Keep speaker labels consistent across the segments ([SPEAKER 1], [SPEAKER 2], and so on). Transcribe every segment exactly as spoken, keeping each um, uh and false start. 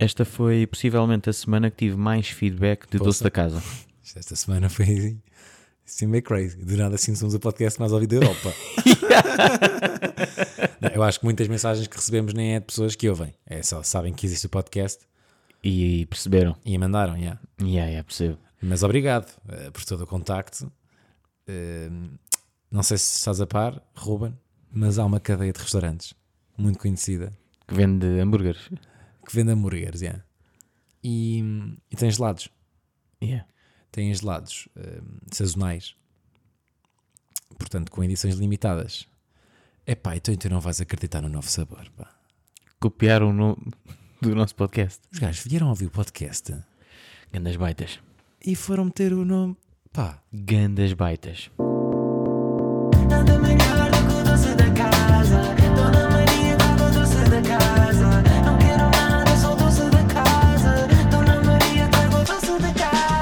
[SPEAKER 1] Esta foi possivelmente a semana que tive mais feedback de
[SPEAKER 2] Poxa.
[SPEAKER 1] Doce da Casa.
[SPEAKER 2] Esta semana foi assim meio crazy. Do nada assim somos o podcast mais ouvido da Europa. Não, eu acho que muitas mensagens que recebemos nem é de pessoas que ouvem. É só sabem que existe o podcast
[SPEAKER 1] E perceberam.
[SPEAKER 2] e mandaram, yeah.
[SPEAKER 1] Yeah, yeah, percebo.
[SPEAKER 2] Mas obrigado uh, por todo o contacto. Uh, não sei se estás a par, Ruben, mas há uma cadeia de restaurantes muito conhecida
[SPEAKER 1] Que vende hambúrgueres.
[SPEAKER 2] que vende hambúrgueres, yeah. e, e tem gelados.
[SPEAKER 1] Yeah.
[SPEAKER 2] Tem gelados uh, sazonais, portanto com edições limitadas. Epá, então tu não vais acreditar no novo sabor, pá.
[SPEAKER 1] Copiaram o nome do nosso podcast.
[SPEAKER 2] Os gajos vieram ouvir o podcast
[SPEAKER 1] Gandas baitas.
[SPEAKER 2] e foram meter o nome, pá.
[SPEAKER 1] Gandas baitas.
[SPEAKER 3] Nada melhor do que o doce da casa. Dona Maria tá com o doce da casa. Não quero nada, só o doce da casa. Dona Maria tá com o doce da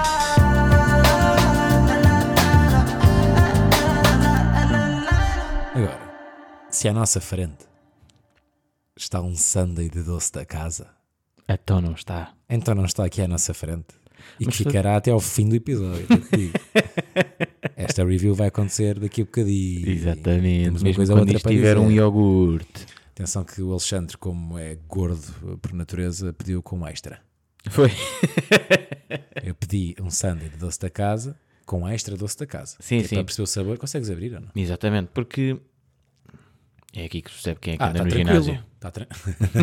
[SPEAKER 3] casa.
[SPEAKER 2] Agora, se à nossa frente está um sundae de doce da casa,
[SPEAKER 1] Então não está.
[SPEAKER 2] então não está aqui à nossa frente e
[SPEAKER 1] Mas
[SPEAKER 2] que
[SPEAKER 1] foi-
[SPEAKER 2] ficará até ao fim do episódio. eu te digo. Esta review vai acontecer daqui a bocadinho.
[SPEAKER 1] Exatamente.
[SPEAKER 2] Temos uma
[SPEAKER 1] Mesmo
[SPEAKER 2] coisa ou
[SPEAKER 1] quando
[SPEAKER 2] outra
[SPEAKER 1] isto
[SPEAKER 2] para
[SPEAKER 1] tiver
[SPEAKER 2] dizer.
[SPEAKER 1] um iogurte.
[SPEAKER 2] Atenção que o Alexandre, como é gordo por natureza, pediu com extra.
[SPEAKER 1] Foi.
[SPEAKER 2] Eu pedi um sundae de doce da casa com extra doce da casa.
[SPEAKER 1] Sim,
[SPEAKER 2] Que é
[SPEAKER 1] sim.
[SPEAKER 2] Para perceber o sabor, consegues abrir ou não?
[SPEAKER 1] Exatamente, porque é aqui que se percebe quem é que
[SPEAKER 2] Ah,
[SPEAKER 1] anda
[SPEAKER 2] está
[SPEAKER 1] no
[SPEAKER 2] tranquilo.
[SPEAKER 1] ginásio.
[SPEAKER 2] Está tra...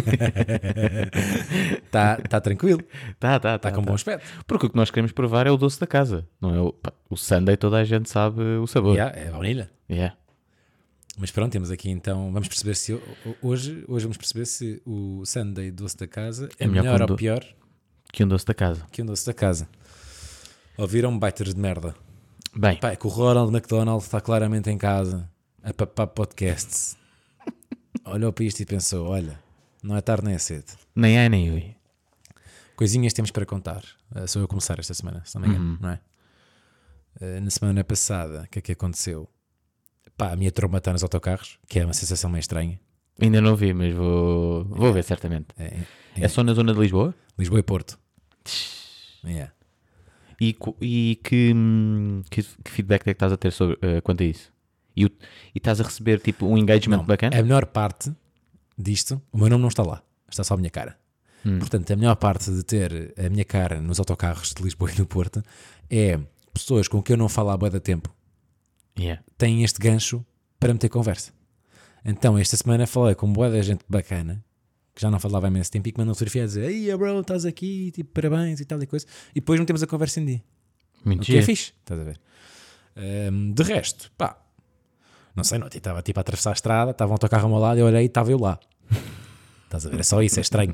[SPEAKER 2] tá, tá tranquilo.
[SPEAKER 1] Tá, tá,
[SPEAKER 2] Está
[SPEAKER 1] tá.
[SPEAKER 2] com
[SPEAKER 1] tá.
[SPEAKER 2] bom aspecto.
[SPEAKER 1] Porque o que nós queremos provar é o doce da casa. Não é o, pá, o sundae, toda a gente sabe o sabor.
[SPEAKER 2] Yeah, é baunilha.
[SPEAKER 1] Yeah.
[SPEAKER 2] Mas pronto, temos aqui então. Vamos perceber se. Hoje, hoje vamos perceber se o sundae doce da casa é,
[SPEAKER 1] É melhor
[SPEAKER 2] melhor
[SPEAKER 1] quando-
[SPEAKER 2] ou pior
[SPEAKER 1] Que um doce da casa.
[SPEAKER 2] que um doce da casa. Ouviram biters de merda?
[SPEAKER 1] Bem,
[SPEAKER 2] Pá, é que o Ronald McDonald está claramente em casa a papar podcasts. Olhou para isto e pensou: olha, não é tarde nem é cedo.
[SPEAKER 1] nem é nem eu.
[SPEAKER 2] Coisinhas temos para contar. Uh, sou eu a começar esta semana, se não me engano,
[SPEAKER 1] Uhum.
[SPEAKER 2] não é? Uh, na semana passada, o que é que aconteceu? Pá, a minha tromba está nos autocarros, que é uma sensação meio estranha.
[SPEAKER 1] Ainda não vi, mas vou, vou ver certamente.
[SPEAKER 2] É, é,
[SPEAKER 1] É só na zona de Lisboa?
[SPEAKER 2] Lisboa e Porto. Yeah.
[SPEAKER 1] E, co- e que, hum, que, que feedback é que estás a ter sobre, eh, quanto a isso? E, o- e estás a receber tipo um engagement
[SPEAKER 2] Não,
[SPEAKER 1] bacana?
[SPEAKER 2] a melhor parte disto, o meu nome não está lá, está só a minha cara.
[SPEAKER 1] Hum.
[SPEAKER 2] Portanto, a melhor parte de ter a minha cara nos autocarros de Lisboa e do Porto é pessoas com quem eu não falo há bué de tempo
[SPEAKER 1] Yeah.
[SPEAKER 2] têm este gancho para meter conversa. Então, esta semana falei com bué de gente bacana que já não falava há imenso tempo e que mandou fotografia a dizer: ei, bro, estás aqui, tipo, parabéns e tal e coisa. E depois metemos a conversa em dia. O que é
[SPEAKER 1] Mentira.
[SPEAKER 2] fixe, estás a ver? Ahm, de resto, pá, não sei, não, estava tipo a atravessar a estrada, estava um autocarro ao meu lado, eu olhei e estava eu lá. Estás a ver? É só isso, é estranho.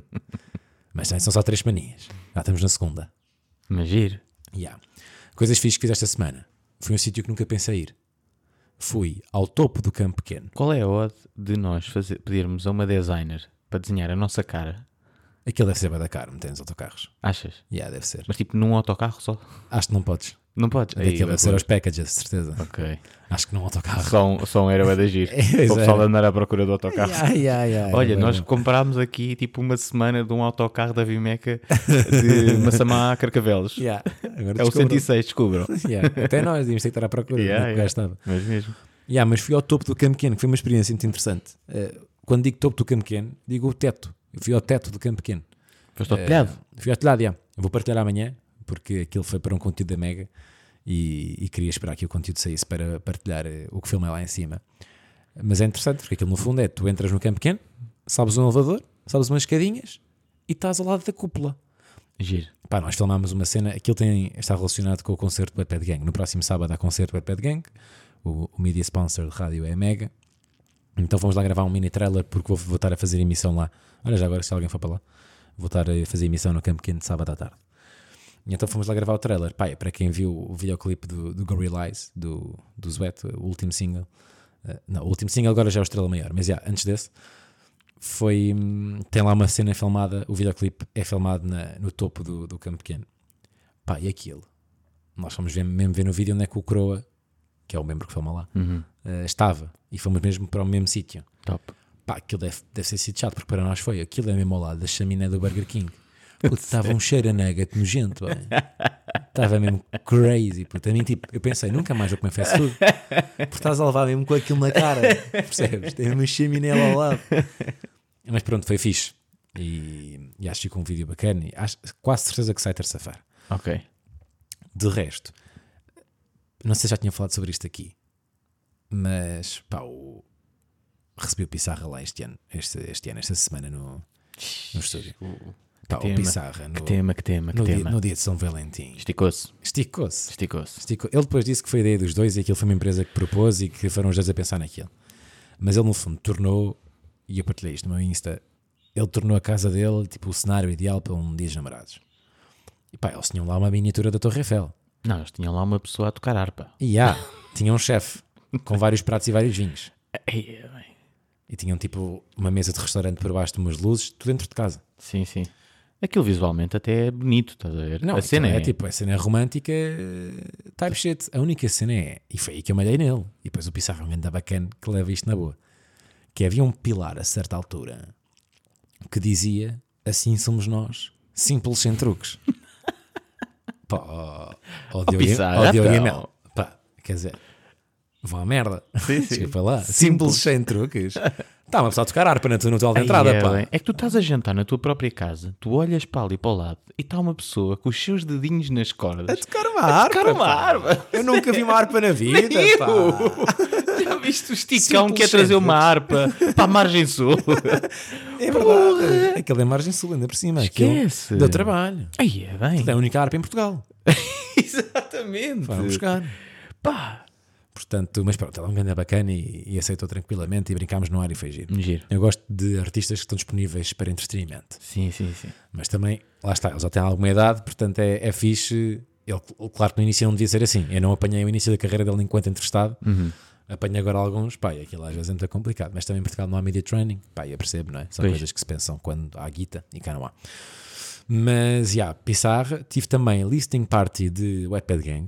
[SPEAKER 2] Mas também são só três manias. Já estamos na segunda.
[SPEAKER 1] Mas giro.
[SPEAKER 2] Yeah. Coisas fixes que fiz esta semana. Fui a um sítio que nunca pensei ir. Fui ao topo do Campo Pequeno.
[SPEAKER 1] Qual é a odd de nós fazer, pedirmos a uma designer para desenhar a nossa cara?
[SPEAKER 2] Aquilo deve ser bem da caro, meter nos autocarros.
[SPEAKER 1] Achas?
[SPEAKER 2] Yeah, deve ser.
[SPEAKER 1] Mas tipo num autocarro só?
[SPEAKER 2] Acho que não podes.
[SPEAKER 1] Não podes? Aí,
[SPEAKER 2] Aquilo deve ser
[SPEAKER 1] loucura.
[SPEAKER 2] aos packages, de certeza.
[SPEAKER 1] Ok.
[SPEAKER 2] Acho que não autocarro.
[SPEAKER 1] Só um, só um era bué de giro.
[SPEAKER 2] Pois
[SPEAKER 1] O pessoal
[SPEAKER 2] era.
[SPEAKER 1] andar à procura do autocarro.
[SPEAKER 2] Yeah, yeah, yeah,
[SPEAKER 1] Olha,
[SPEAKER 2] é bem
[SPEAKER 1] nós
[SPEAKER 2] bom.
[SPEAKER 1] comprámos aqui tipo uma semana de um autocarro da Vimeca de Massamá a Carcavelos.
[SPEAKER 2] Yeah. Agora
[SPEAKER 1] É o
[SPEAKER 2] descubram.
[SPEAKER 1] cento e seis, descubram.
[SPEAKER 2] Yeah. Até nós devíamos ter que estar à procura.
[SPEAKER 1] Yeah,
[SPEAKER 2] Yeah,
[SPEAKER 1] yeah.
[SPEAKER 2] estava.
[SPEAKER 1] Mas mesmo.
[SPEAKER 2] Yeah, mas fui ao topo do Campo Pequeno, que foi uma experiência muito interessante. Eh, quando digo topo do Campo Pequeno, digo o teto. Eu fui ao teto do Campo Pequeno.
[SPEAKER 1] Foste ao
[SPEAKER 2] Eh,
[SPEAKER 1] telhado.
[SPEAKER 2] Fui ao telhado, yeah. Vou partilhar amanhã, porque aquilo foi para um conteúdo da Mega e, e queria esperar que o conteúdo saísse para partilhar eh, o que filmei lá em cima. Mas é interessante, porque aquilo no fundo é, tu entras no Campo Pequeno, sabes um elevador, sabes umas escadinhas e estás ao lado da cúpula.
[SPEAKER 1] Giro.
[SPEAKER 2] Pá, nós filmámos uma cena, aquilo tem, está relacionado com o concerto do Wetpad Gang. No próximo sábado há concerto do Wetpad Gang, o, o media sponsor de rádio é a Mega. Então fomos lá gravar um mini trailer porque vou, vou estar a fazer emissão lá. Olha, já agora, se alguém for para lá, vou estar a fazer emissão no Campo Pequeno de sábado à tarde. E então fomos lá gravar o trailer. Pá, é para quem viu o videoclipe do, do Gorillaz, do, do Zwet, o último single. Uh, não, o último single agora já é o Estrela Maior, mas já, antes desse, foi, hum, tem lá uma cena filmada, o videoclipe é filmado na, no topo do, do Campo Pequeno. Pá, e aquilo? Nós fomos ver, mesmo ver no vídeo onde é que o Croa, que é o membro que filma lá,
[SPEAKER 1] Uhum.
[SPEAKER 2] uh, estava. E fomos mesmo para o mesmo sítio.
[SPEAKER 1] Top.
[SPEAKER 2] Pá, aquilo deve, deve ser sido chato, porque para nós foi. Aquilo é mesmo ao lado da chaminé do Burger King. Puto, estava um cheiro a nugget nojento, bem. Estava mesmo crazy. Puto. A mim, tipo, eu pensei, nunca mais vou comer fast food. Porque estás a levar mesmo com aquilo na cara. Percebes? Tem uma chaminé lá ao lado. Mas pronto, foi fixe. E, e acho que ficou um vídeo bacana. E acho, quase certeza que sai terça-feira.
[SPEAKER 1] Ok.
[SPEAKER 2] De resto, não sei se já tinha falado sobre isto aqui, mas pá, o... recebi o Pissarra lá este ano, este, este ano, esta semana no, no estúdio. Pá,
[SPEAKER 1] tema,
[SPEAKER 2] o Pissarra no,
[SPEAKER 1] Que tema, que tema, que
[SPEAKER 2] no,
[SPEAKER 1] tema.
[SPEAKER 2] dia, no dia de São Valentim.
[SPEAKER 1] Esticou-se.
[SPEAKER 2] Esticou-se.
[SPEAKER 1] Esticou-se.
[SPEAKER 2] Esticou. Ele depois disse que foi a ideia dos dois e aquilo foi uma empresa que propôs e que foram os dois a pensar naquilo. Mas ele, no fundo, tornou, e eu partilhei isto no meu Insta, ele tornou a casa dele tipo o cenário ideal para um dia de namorados. E pá, eles tinham lá uma miniatura da Torre Eiffel.
[SPEAKER 1] Não, eles tinham lá uma pessoa a tocar harpa.
[SPEAKER 2] E há, tinham um chefe com vários pratos e vários vinhos.
[SPEAKER 1] Ei, bem.
[SPEAKER 2] E tinham tipo uma mesa de restaurante por baixo de umas luzes, tudo dentro de casa.
[SPEAKER 1] Sim, sim. Aquilo visualmente até é bonito, estás a ver?
[SPEAKER 2] Não,
[SPEAKER 1] a cena
[SPEAKER 2] é,
[SPEAKER 1] é,
[SPEAKER 2] é tipo, a cena é romântica, type shit. A única cena é, e foi aí que eu malhei nele. E depois o Pissarra é um grande bacana que leva isto na boa. Que havia um pilar a certa altura que dizia: assim somos nós, simples sem truques. Pá, ó, ó, Diogo e-
[SPEAKER 1] Pissarra,
[SPEAKER 2] ó, Diogo e
[SPEAKER 1] então.
[SPEAKER 2] Mel. Pá, quer dizer, vão à merda.
[SPEAKER 1] Sim, sim.
[SPEAKER 2] Desculpa lá.
[SPEAKER 1] Simples.
[SPEAKER 2] Simples sem truques. Está uma pessoa a tocar harpa na tua no tua de
[SPEAKER 1] Ai,
[SPEAKER 2] entrada,
[SPEAKER 1] é,
[SPEAKER 2] pá.
[SPEAKER 1] bem. É que tu estás a jantar na tua própria casa, tu olhas para ali para o lado e está uma pessoa com os seus dedinhos nas cordas.
[SPEAKER 2] A tocar uma harpa.
[SPEAKER 1] tocar uma
[SPEAKER 2] pá.
[SPEAKER 1] harpa.
[SPEAKER 2] Eu nunca vi uma harpa na vida,
[SPEAKER 1] Nem
[SPEAKER 2] pá.
[SPEAKER 1] eu. Já viste o esticão
[SPEAKER 2] Simples
[SPEAKER 1] que é trazer
[SPEAKER 2] sem
[SPEAKER 1] uma harpa para a margem sul?
[SPEAKER 2] É verdade. Aquele é margem sul, ainda por cima. Aquilo
[SPEAKER 1] Esquece.
[SPEAKER 2] deu trabalho.
[SPEAKER 1] Aí é bem.
[SPEAKER 2] É a única harpa em Portugal.
[SPEAKER 1] Exatamente.
[SPEAKER 2] Vamos buscar.
[SPEAKER 1] Pá.
[SPEAKER 2] Portanto, mas pronto, ela é um grande bacana e, e aceitou tranquilamente e brincámos no ar e foi giro.
[SPEAKER 1] Giro.
[SPEAKER 2] Eu gosto de artistas que estão disponíveis para entretenimento.
[SPEAKER 1] Sim, sim, sim.
[SPEAKER 2] Mas também, lá está, ele já tem alguma idade, portanto é, é fixe. Ele, claro que no início não devia ser assim. Eu não apanhei o início da carreira dele enquanto entrevistado.
[SPEAKER 1] Uhum.
[SPEAKER 2] Apanho agora alguns, pá, e aquilo às vezes é muito complicado. Mas também em Portugal não há media training, pá, eu percebo, não é? São
[SPEAKER 1] Pois.
[SPEAKER 2] coisas que se pensam quando há guita e cá não há. Mas, já, yeah, Pissarra. Tive também listening party de Wattpad Gang.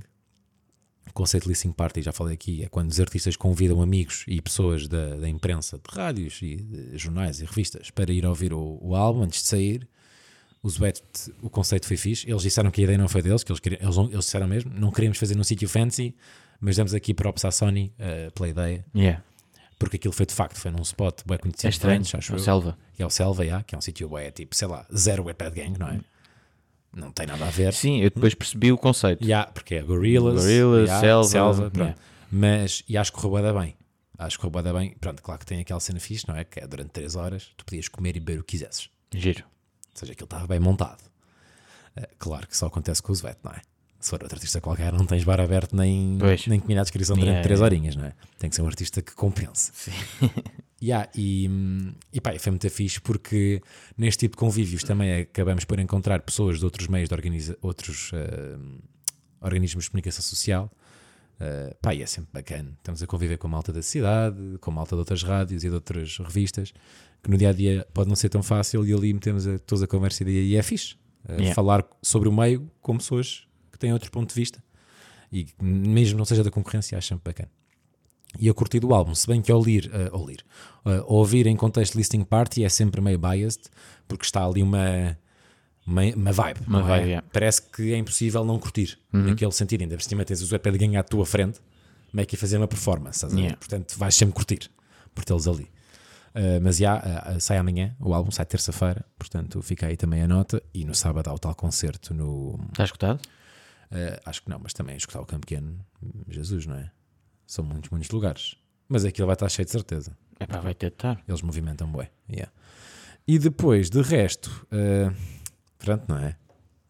[SPEAKER 2] O conceito de listening party, já falei aqui, é quando os artistas convidam amigos e pessoas da, da imprensa, de rádios e de jornais e revistas para ir ouvir o, o álbum antes de sair. Os Wet, o conceito foi fixe. Eles disseram que a ideia não foi deles, que eles, queriam, eles, eles disseram mesmo, não queríamos fazer num sítio fancy, mas damos aqui props à Sony uh, pela ideia,
[SPEAKER 1] Yeah.
[SPEAKER 2] porque aquilo foi de facto, foi num spot bem conhecido.
[SPEAKER 1] É estranho.
[SPEAKER 2] antes, acho
[SPEAKER 1] O
[SPEAKER 2] eu.
[SPEAKER 1] Selva.
[SPEAKER 2] Que é o Selva, yeah, que é um sítio bué, tipo, sei lá, zero Wattpad Gang, não é? Não tem nada a ver.
[SPEAKER 1] Sim, eu depois percebi o conceito.
[SPEAKER 2] Yeah, porque é Gorillaz,
[SPEAKER 1] Gorillaz,
[SPEAKER 2] yeah,
[SPEAKER 1] Selva,
[SPEAKER 2] pronto.
[SPEAKER 1] yeah.
[SPEAKER 2] Mas, e acho que correu bué da bem. Acho que correu bué da bem. Pronto, claro que tem aquela cena fixe, não é? Que é durante três horas tu podias comer e beber o que quisesses.
[SPEAKER 1] Giro.
[SPEAKER 2] Ou seja, aquilo estava bem montado. Uh, claro que só acontece com os Vet, não é? Se for outro artista qualquer, não tens bar aberto nem,
[SPEAKER 1] Pois.
[SPEAKER 2] nem comida à descrição durante
[SPEAKER 1] Yeah,
[SPEAKER 2] três
[SPEAKER 1] yeah.
[SPEAKER 2] horinhas, não é? Tem que ser um artista que compense.
[SPEAKER 1] Sim.
[SPEAKER 2] Yeah, e, e pá, foi muito fixe porque neste tipo de convívios também acabamos por encontrar pessoas de outros meios de organiza outros uh, organismos de comunicação social. Uh, pá, e é sempre bacana. Estamos a conviver com a malta da cidade, com a malta de outras rádios e de outras revistas, que no dia a dia pode não ser tão fácil, e ali metemos a, toda a conversa e é fixe. Uh,
[SPEAKER 1] Yeah.
[SPEAKER 2] Falar sobre o meio com pessoas que têm outro ponto de vista e que mesmo não seja da concorrência, acho sempre bacana. E eu curti do álbum, se bem que ao ler, uh, ao ler uh, ouvir em contexto de listening party é sempre meio biased, porque está ali uma, uma, uma vibe,
[SPEAKER 1] Uma
[SPEAKER 2] não
[SPEAKER 1] vibe,
[SPEAKER 2] é?
[SPEAKER 1] yeah.
[SPEAKER 2] Parece que é impossível não curtir,
[SPEAKER 1] Uhum.
[SPEAKER 2] naquele sentido. Ainda por cima tens o Wattpad Gang à tua frente, meio que a fazer uma performance, estás a ver?
[SPEAKER 1] Yeah.
[SPEAKER 2] Portanto vais sempre curtir por tê-los ali. Uh, mas já, uh, uh, sai amanhã, o álbum sai terça-feira, portanto fica aí também a nota, e no sábado há o tal concerto no...
[SPEAKER 1] Está escutado?
[SPEAKER 2] Uh, acho que não, mas também escutar o Campo Pequeno, Jesus, não é? São muitos, muitos lugares. Mas aquilo vai estar cheio de certeza.
[SPEAKER 1] É pá, vai ter de estar.
[SPEAKER 2] Eles movimentam bué. Yeah. E depois, de resto, uh, pronto, não é?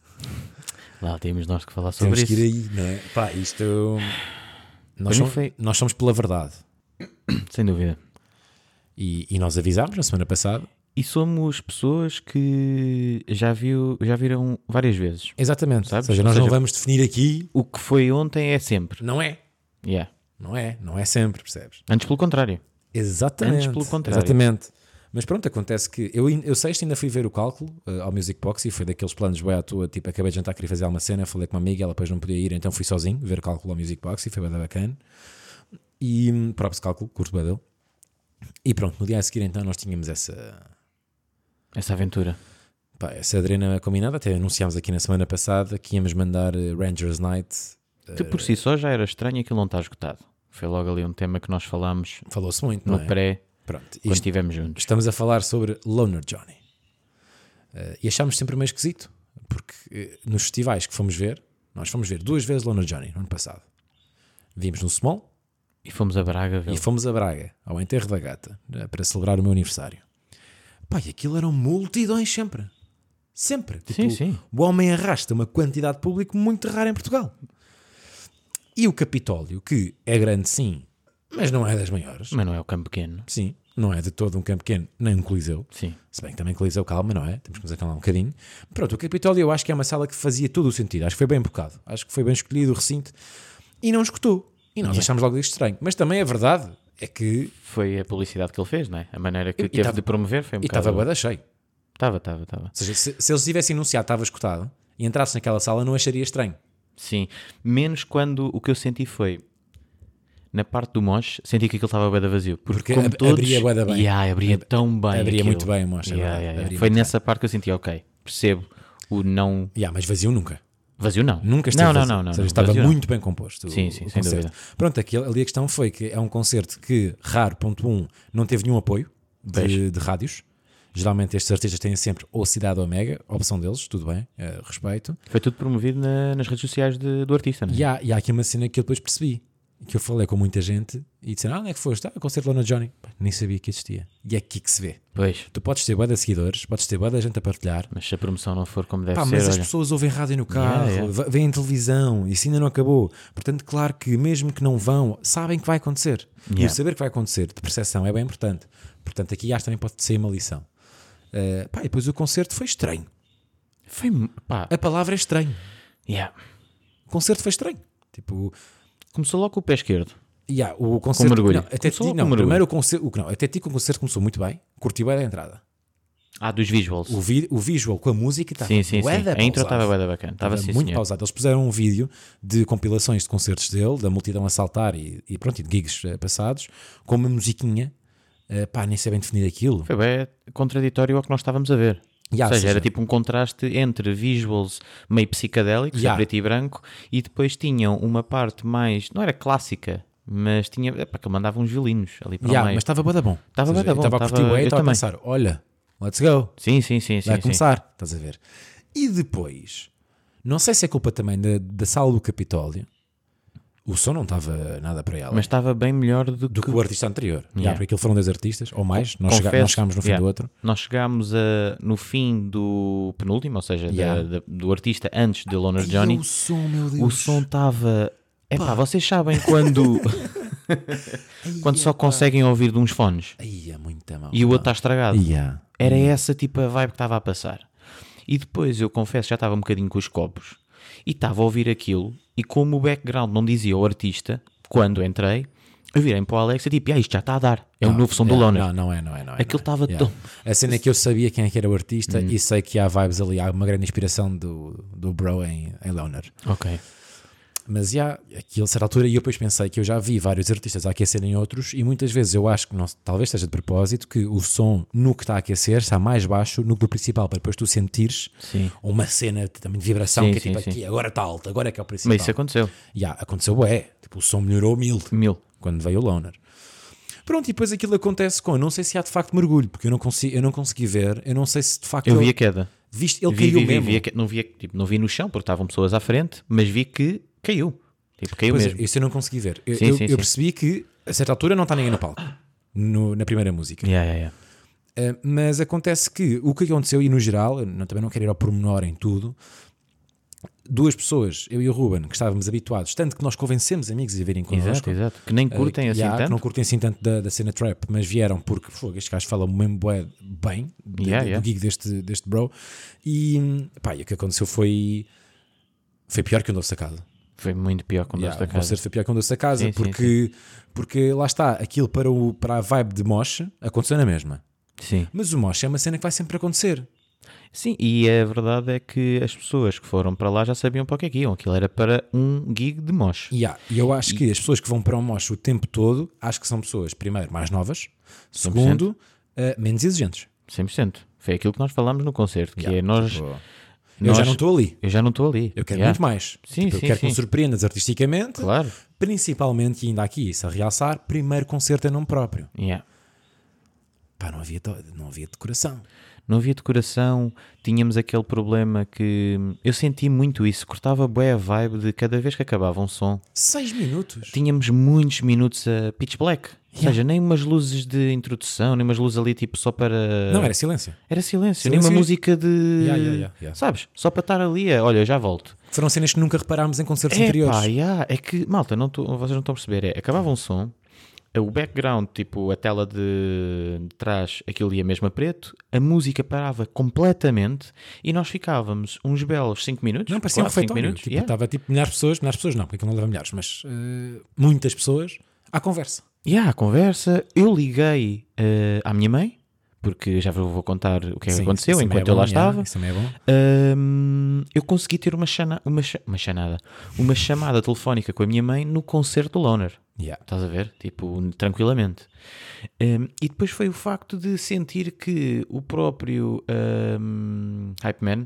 [SPEAKER 1] Lá temos nós que falar sobre
[SPEAKER 2] Temos que
[SPEAKER 1] isso.
[SPEAKER 2] ir aí, não é? Pá, isto... Nós
[SPEAKER 1] mim
[SPEAKER 2] somos,
[SPEAKER 1] foi-
[SPEAKER 2] nós somos pela verdade.
[SPEAKER 1] Sem dúvida.
[SPEAKER 2] E, e nós avisámos na semana passada.
[SPEAKER 1] E somos pessoas que já, viu, já viram várias vezes.
[SPEAKER 2] Exatamente.
[SPEAKER 1] Sabes?
[SPEAKER 2] Ou seja,
[SPEAKER 1] Ou
[SPEAKER 2] nós não
[SPEAKER 1] seja-
[SPEAKER 2] vamos definir aqui...
[SPEAKER 1] O que foi ontem é sempre.
[SPEAKER 2] Não é.
[SPEAKER 1] Yeah.
[SPEAKER 2] Não é. Não é sempre, percebes?
[SPEAKER 1] Antes pelo contrário.
[SPEAKER 2] Exatamente.
[SPEAKER 1] Antes pelo contrário.
[SPEAKER 2] Exatamente. Mas pronto, acontece que eu, eu sexta ainda fui ver o cálculo uh, ao Music Box, e foi daqueles planos bem à toa, tipo, acabei de jantar, queria fazer uma cena, falei com uma amiga, ela depois não podia ir, então fui sozinho ver o cálculo ao Music Box e foi bem bacana. E hum, próprio cálculo, curto bem dele. E pronto, no dia a seguir então nós tínhamos essa,
[SPEAKER 1] Essa aventura.
[SPEAKER 2] pá, essa adrena combinada. Até anunciámos aqui na semana passada que íamos mandar eh, Rangers Night.
[SPEAKER 1] Que por si só já era estranho aquilo não está esgotado. Foi logo ali um tema que nós falámos
[SPEAKER 2] Falou-se muito,
[SPEAKER 1] no
[SPEAKER 2] não é?
[SPEAKER 1] pré,
[SPEAKER 2] Pronto,
[SPEAKER 1] quando
[SPEAKER 2] isto,
[SPEAKER 1] estivemos juntos.
[SPEAKER 2] estamos a falar sobre Loner Johnny. Eh, e achámos sempre meio esquisito, porque eh, nos festivais que fomos ver, nós fomos ver duas vezes Loner Johnny no ano passado. Vimos no Small
[SPEAKER 1] E fomos a Braga,
[SPEAKER 2] e
[SPEAKER 1] viu?
[SPEAKER 2] fomos a Braga, ao Enterro da Gata, eh, para celebrar o meu aniversário. Pá, e aquilo eram multidões sempre. Sempre. Tipo,
[SPEAKER 1] Sim, sim.
[SPEAKER 2] O homem arrasta uma quantidade de público muito rara em Portugal. E o Capitólio, que é grande sim, mas não é das maiores.
[SPEAKER 1] Mas não é o campo pequeno.
[SPEAKER 2] Sim, não é de todo um campo pequeno, nem um coliseu.
[SPEAKER 1] Sim.
[SPEAKER 2] Se bem que também coliseu, calma, não é? Temos que nos acalmar um bocadinho. Pronto, o Capitólio eu acho que é uma sala que fazia todo o sentido. Acho que foi bem bocado. Acho que foi bem escolhido o recinto. E não escutou. E nós
[SPEAKER 1] Yeah.
[SPEAKER 2] achámos logo isto estranho. Mas também a verdade é que...
[SPEAKER 1] Foi a publicidade que ele fez, não é? A maneira que
[SPEAKER 2] E
[SPEAKER 1] teve
[SPEAKER 2] tava-
[SPEAKER 1] de promover foi um
[SPEAKER 2] E estava
[SPEAKER 1] bocado...
[SPEAKER 2] bué da cheio.
[SPEAKER 1] Estava, estava, estava.
[SPEAKER 2] Ou seja, se, se eles tivessem anunciado estava escutado e entrasse naquela sala, não acharia estranho.
[SPEAKER 1] Sim. Menos quando o que eu senti foi... Na parte do mosh, senti que aquilo estava bué da vazio. Porque,
[SPEAKER 2] Porque
[SPEAKER 1] como
[SPEAKER 2] ab-
[SPEAKER 1] todos...
[SPEAKER 2] abria bué da bem.
[SPEAKER 1] Yeah, abria
[SPEAKER 2] Ab-
[SPEAKER 1] tão bem
[SPEAKER 2] abria
[SPEAKER 1] aquilo.
[SPEAKER 2] muito bem o mosh, é
[SPEAKER 1] Yeah,
[SPEAKER 2] verdade.
[SPEAKER 1] yeah, yeah.
[SPEAKER 2] Abria
[SPEAKER 1] Foi
[SPEAKER 2] muito
[SPEAKER 1] nessa parte que eu senti, ok, percebo o não...
[SPEAKER 2] Yeah, mas vazio nunca.
[SPEAKER 1] Vazio não.
[SPEAKER 2] Nunca esteve
[SPEAKER 1] não, não,
[SPEAKER 2] vazio.
[SPEAKER 1] não, não,
[SPEAKER 2] Ou seja,
[SPEAKER 1] não.
[SPEAKER 2] estava
[SPEAKER 1] Vazio não.
[SPEAKER 2] muito bem composto o,
[SPEAKER 1] Sim, sim,
[SPEAKER 2] o
[SPEAKER 1] sem
[SPEAKER 2] concerto.
[SPEAKER 1] dúvida.
[SPEAKER 2] Pronto, aqui, ali a questão foi que é um concerto que, raro, ponto um, não teve nenhum apoio de,
[SPEAKER 1] Beijo.
[SPEAKER 2] de rádios. Geralmente estes artistas têm sempre ou Cidade ou Mega, opção deles, tudo bem, eh, respeito.
[SPEAKER 1] Foi tudo promovido na- nas redes sociais de- do artista, não é?
[SPEAKER 2] E há, e há aqui uma cena que eu depois percebi, que eu falei com muita gente e disseram, ah, onde é que foste? Ah, concerto lá no Johnny. Pá, nem sabia que existia. E é aqui que se vê.
[SPEAKER 1] Pois.
[SPEAKER 2] Tu podes ter bué de seguidores, podes ter bué da gente a partilhar,
[SPEAKER 1] Mas se a promoção não for como deve
[SPEAKER 2] pá,
[SPEAKER 1] ser,
[SPEAKER 2] mas as
[SPEAKER 1] olha...
[SPEAKER 2] pessoas ouvem rádio no carro,
[SPEAKER 1] Yeah, yeah.
[SPEAKER 2] v- veem televisão, e isso ainda não acabou. Portanto, claro que mesmo que não vão, sabem que vai acontecer. E
[SPEAKER 1] Yeah.
[SPEAKER 2] o saber que vai acontecer, de percepção, é bem importante. Portanto, aqui acho que também pode ser uma lição. Uh, pá, e depois o concerto foi estranho.
[SPEAKER 1] Foi... Pá...
[SPEAKER 2] A palavra é estranho.
[SPEAKER 1] Yeah.
[SPEAKER 2] O concerto foi estranho. Tipo,
[SPEAKER 1] Começou logo com o pé esquerdo.
[SPEAKER 2] yeah, o concerto.
[SPEAKER 1] mergulho.
[SPEAKER 2] Não, até
[SPEAKER 1] Começou
[SPEAKER 2] ti,
[SPEAKER 1] com
[SPEAKER 2] não,
[SPEAKER 1] mergulho.
[SPEAKER 2] primeiro o concerto. O, não, até ti que o concerto começou muito bem, curtiu bem a entrada.
[SPEAKER 1] Ah, dos visuals.
[SPEAKER 2] O, vi, o visual com a música estava
[SPEAKER 1] Sim, sim, sim.
[SPEAKER 2] bué da
[SPEAKER 1] A intro
[SPEAKER 2] pausado.
[SPEAKER 1] estava bué da bacana. Estava
[SPEAKER 2] Estava
[SPEAKER 1] sim,
[SPEAKER 2] muito
[SPEAKER 1] senhor.
[SPEAKER 2] pausado. Eles puseram um vídeo de compilações de concertos dele, da multidão a saltar e, e pronto, e de gigs eh, passados, com uma musiquinha. eh, pá, nem sei bem definir aquilo.
[SPEAKER 1] Foi bem contraditório ao que nós estávamos a ver.
[SPEAKER 2] Yeah,
[SPEAKER 1] ou seja,
[SPEAKER 2] seja-
[SPEAKER 1] era tipo um contraste entre visuals meio psicadélicos,
[SPEAKER 2] Yeah.
[SPEAKER 1] a preto e branco, e depois tinham uma parte mais, não era clássica, mas tinha, epá, que ele mandava uns violinos ali para
[SPEAKER 2] Yeah,
[SPEAKER 1] o meio.
[SPEAKER 2] mas estava bué da bom.
[SPEAKER 1] Estava
[SPEAKER 2] Ou seja,
[SPEAKER 1] bué da
[SPEAKER 2] eu
[SPEAKER 1] bom,
[SPEAKER 2] Estava a curtir
[SPEAKER 1] estava-
[SPEAKER 2] bué e
[SPEAKER 1] eu
[SPEAKER 2] estava a
[SPEAKER 1] também.
[SPEAKER 2] pensar, olha, let's go.
[SPEAKER 1] Sim, sim, sim, sim.
[SPEAKER 2] Vai
[SPEAKER 1] sim.
[SPEAKER 2] começar, estás a ver? E depois, não sei se é culpa também da, da sala do Capitólio, o som não estava nada para ela,
[SPEAKER 1] Mas estava bem melhor do,
[SPEAKER 2] do
[SPEAKER 1] que
[SPEAKER 2] que o artista anterior.
[SPEAKER 1] Yeah.
[SPEAKER 2] Yeah, porque aquilo foram dois artistas, ou mais, nós, chega-
[SPEAKER 1] Confesso,
[SPEAKER 2] nós chegámos no fim
[SPEAKER 1] yeah.
[SPEAKER 2] do outro.
[SPEAKER 1] Nós chegámos a, no fim do penúltimo, ou seja, da-
[SPEAKER 2] Yeah.
[SPEAKER 1] da- do artista antes de Loner
[SPEAKER 2] Ai,
[SPEAKER 1] Johnny.
[SPEAKER 2] o som, meu Deus.
[SPEAKER 1] O som estava. Epá, vocês sabem quando, quando só conseguem ouvir de uns fones
[SPEAKER 2] Ai, é muito mal.
[SPEAKER 1] e o outro está estragado.
[SPEAKER 2] Yeah.
[SPEAKER 1] Era essa tipo a vibe que estava a passar. E depois eu confesso, já estava um bocadinho com os copos e estava a ouvir aquilo. E como o background não dizia o artista, quando entrei, eu virei para o Alex e tipo, ah, isto já está a dar. É o
[SPEAKER 2] Não,
[SPEAKER 1] novo som do
[SPEAKER 2] yeah,
[SPEAKER 1] Loner.
[SPEAKER 2] Não, não é, não é. Não é
[SPEAKER 1] Aquilo
[SPEAKER 2] não é.
[SPEAKER 1] estava
[SPEAKER 2] Yeah.
[SPEAKER 1] tão.
[SPEAKER 2] A cena é que eu sabia quem é que era o artista e sei que há vibes ali, há uma grande inspiração do, do Bro em, em Loner.
[SPEAKER 1] Ok.
[SPEAKER 2] Mas já, aquilo a certa altura, e eu depois pensei que eu já vi vários artistas a aquecerem outros, e muitas vezes eu acho que, não, talvez seja de propósito, que o som no que está a aquecer está mais baixo no que do principal, para depois tu sentires
[SPEAKER 1] Sim.
[SPEAKER 2] uma cena de- também de vibração,
[SPEAKER 1] Sim,
[SPEAKER 2] que é
[SPEAKER 1] sim,
[SPEAKER 2] tipo
[SPEAKER 1] sim.
[SPEAKER 2] aqui, agora está alto, agora é que é o principal.
[SPEAKER 1] Mas isso aconteceu.
[SPEAKER 2] Já, aconteceu, é, tipo, o som melhorou mil
[SPEAKER 1] Mil.
[SPEAKER 2] quando veio o Loner. Pronto, e depois aquilo acontece com, eu não sei se há de facto mergulho, porque eu não consegui, eu não consegui ver, eu não sei se de facto
[SPEAKER 1] Eu
[SPEAKER 2] ele,
[SPEAKER 1] vi a queda.
[SPEAKER 2] viste, ele
[SPEAKER 1] vi,
[SPEAKER 2] caiu
[SPEAKER 1] vi, vi,
[SPEAKER 2] mesmo.
[SPEAKER 1] vi a que- não, vi, a- tipo, não vi no chão porque estavam pessoas à frente, mas vi que caiu. Tipo, caiu
[SPEAKER 2] Pois é,
[SPEAKER 1] mesmo.
[SPEAKER 2] isso eu não consegui ver. Eu,
[SPEAKER 1] Sim,
[SPEAKER 2] eu-
[SPEAKER 1] sim,
[SPEAKER 2] eu
[SPEAKER 1] sim.
[SPEAKER 2] percebi que a certa altura não está ninguém no palco, no- na primeira música.
[SPEAKER 1] Yeah, yeah, yeah.
[SPEAKER 2] Uh, mas acontece que o que aconteceu, e no geral, eu não- também não quero ir ao pormenor em tudo, duas pessoas, eu e o Ruben, que estávamos habituados, tanto que nós convencemos amigos a virem connosco.
[SPEAKER 1] Exato, exato. Que nem curtem
[SPEAKER 2] Uh,
[SPEAKER 1] assim
[SPEAKER 2] yeah, que
[SPEAKER 1] tanto.
[SPEAKER 2] não curtem assim tanto da, da cena trap, mas vieram porque fogo, estes gajos falam mesmo bué bem de-
[SPEAKER 1] Yeah,
[SPEAKER 2] do
[SPEAKER 1] yeah.
[SPEAKER 2] gig deste, deste bro. E, pá, e o que aconteceu foi foi pior que um doce da casa.
[SPEAKER 1] Foi muito pior quando
[SPEAKER 2] Yeah,
[SPEAKER 1] yeah,
[SPEAKER 2] o
[SPEAKER 1] da casa.
[SPEAKER 2] concerto foi pior que um doce da casa,
[SPEAKER 1] Sim, sim,
[SPEAKER 2] porque, porque lá está, aquilo para, o, para a vibe de mosh aconteceu na mesma.
[SPEAKER 1] Sim.
[SPEAKER 2] Mas o mosh é uma cena que vai sempre acontecer.
[SPEAKER 1] Sim, e a verdade é que as pessoas que foram para lá já sabiam para o que é que iam. Aquilo era para um gig de mosh.
[SPEAKER 2] E há- e eu acho que as pessoas que vão para o mosh o tempo todo, acho que são pessoas, primeiro, mais novas,
[SPEAKER 1] cem por cento.
[SPEAKER 2] segundo, eh, menos exigentes.
[SPEAKER 1] cem por cento. Foi aquilo que nós falámos no concerto, que
[SPEAKER 2] Yeah,
[SPEAKER 1] é nós...
[SPEAKER 2] tipo, eu
[SPEAKER 1] nós-
[SPEAKER 2] já não estou ali.
[SPEAKER 1] Eu já não estou ali.
[SPEAKER 2] Eu quero
[SPEAKER 1] Yeah.
[SPEAKER 2] muito mais.
[SPEAKER 1] Sim,
[SPEAKER 2] Tipo, eu
[SPEAKER 1] sim,
[SPEAKER 2] quero que me
[SPEAKER 1] sim.
[SPEAKER 2] surpreendas artisticamente,
[SPEAKER 1] Claro.
[SPEAKER 2] principalmente, e ainda aqui, isso a realçar, primeiro concerto em nome próprio.
[SPEAKER 1] Yeah.
[SPEAKER 2] Pá, não havia, to- não havia decoração.
[SPEAKER 1] Não havia decoração, tínhamos aquele problema que... Eu senti muito isso, cortava bué a vibe de cada vez que acabava um som.
[SPEAKER 2] Seis minutos.
[SPEAKER 1] Tínhamos muitos minutos a pitch black. Ou
[SPEAKER 2] Yeah.
[SPEAKER 1] seja, nem umas luzes de introdução, nem umas luzes ali tipo só para...
[SPEAKER 2] Não, era silêncio.
[SPEAKER 1] Era silêncio,
[SPEAKER 2] Silêncio
[SPEAKER 1] nem uma
[SPEAKER 2] e-
[SPEAKER 1] música de...
[SPEAKER 2] Yeah, yeah, yeah, yeah.
[SPEAKER 1] Sabes? Só para estar ali, a, olha, já volto.
[SPEAKER 2] Foram cenas que nunca reparámos em concertos
[SPEAKER 1] É
[SPEAKER 2] anteriores.
[SPEAKER 1] pá, yeah, é que, malta, não tô, vocês não estão a perceber, é, acabava um som, o background, tipo, a tela de, de trás, aquilo ia mesmo a preto, a música parava completamente e nós ficávamos uns belos cinco minutos.
[SPEAKER 2] Não, parecia um
[SPEAKER 1] quatro, cinco
[SPEAKER 2] refeitório.
[SPEAKER 1] minutos,
[SPEAKER 2] Tipo,
[SPEAKER 1] yeah.
[SPEAKER 2] estava tipo milhares de pessoas, milhares de pessoas não, porque aquilo não leva milhares, mas eh, muitas pessoas à conversa.
[SPEAKER 1] Yeah, a conversa, eu liguei eh, à minha mãe, porque já vou vou contar o que é que
[SPEAKER 2] Sim,
[SPEAKER 1] aconteceu
[SPEAKER 2] isso também
[SPEAKER 1] enquanto
[SPEAKER 2] é
[SPEAKER 1] eu lá
[SPEAKER 2] bom, yeah,
[SPEAKER 1] estava.
[SPEAKER 2] Isso também é bom.
[SPEAKER 1] Hum, eu consegui ter uma, chana, uma, cha- uma chanada, uma chamada telefónica com a minha mãe no concerto do Loner.
[SPEAKER 2] Yeah.
[SPEAKER 1] Estás a ver? Tipo, tranquilamente. Um, e depois foi o facto de sentir que o próprio um, Hype Man,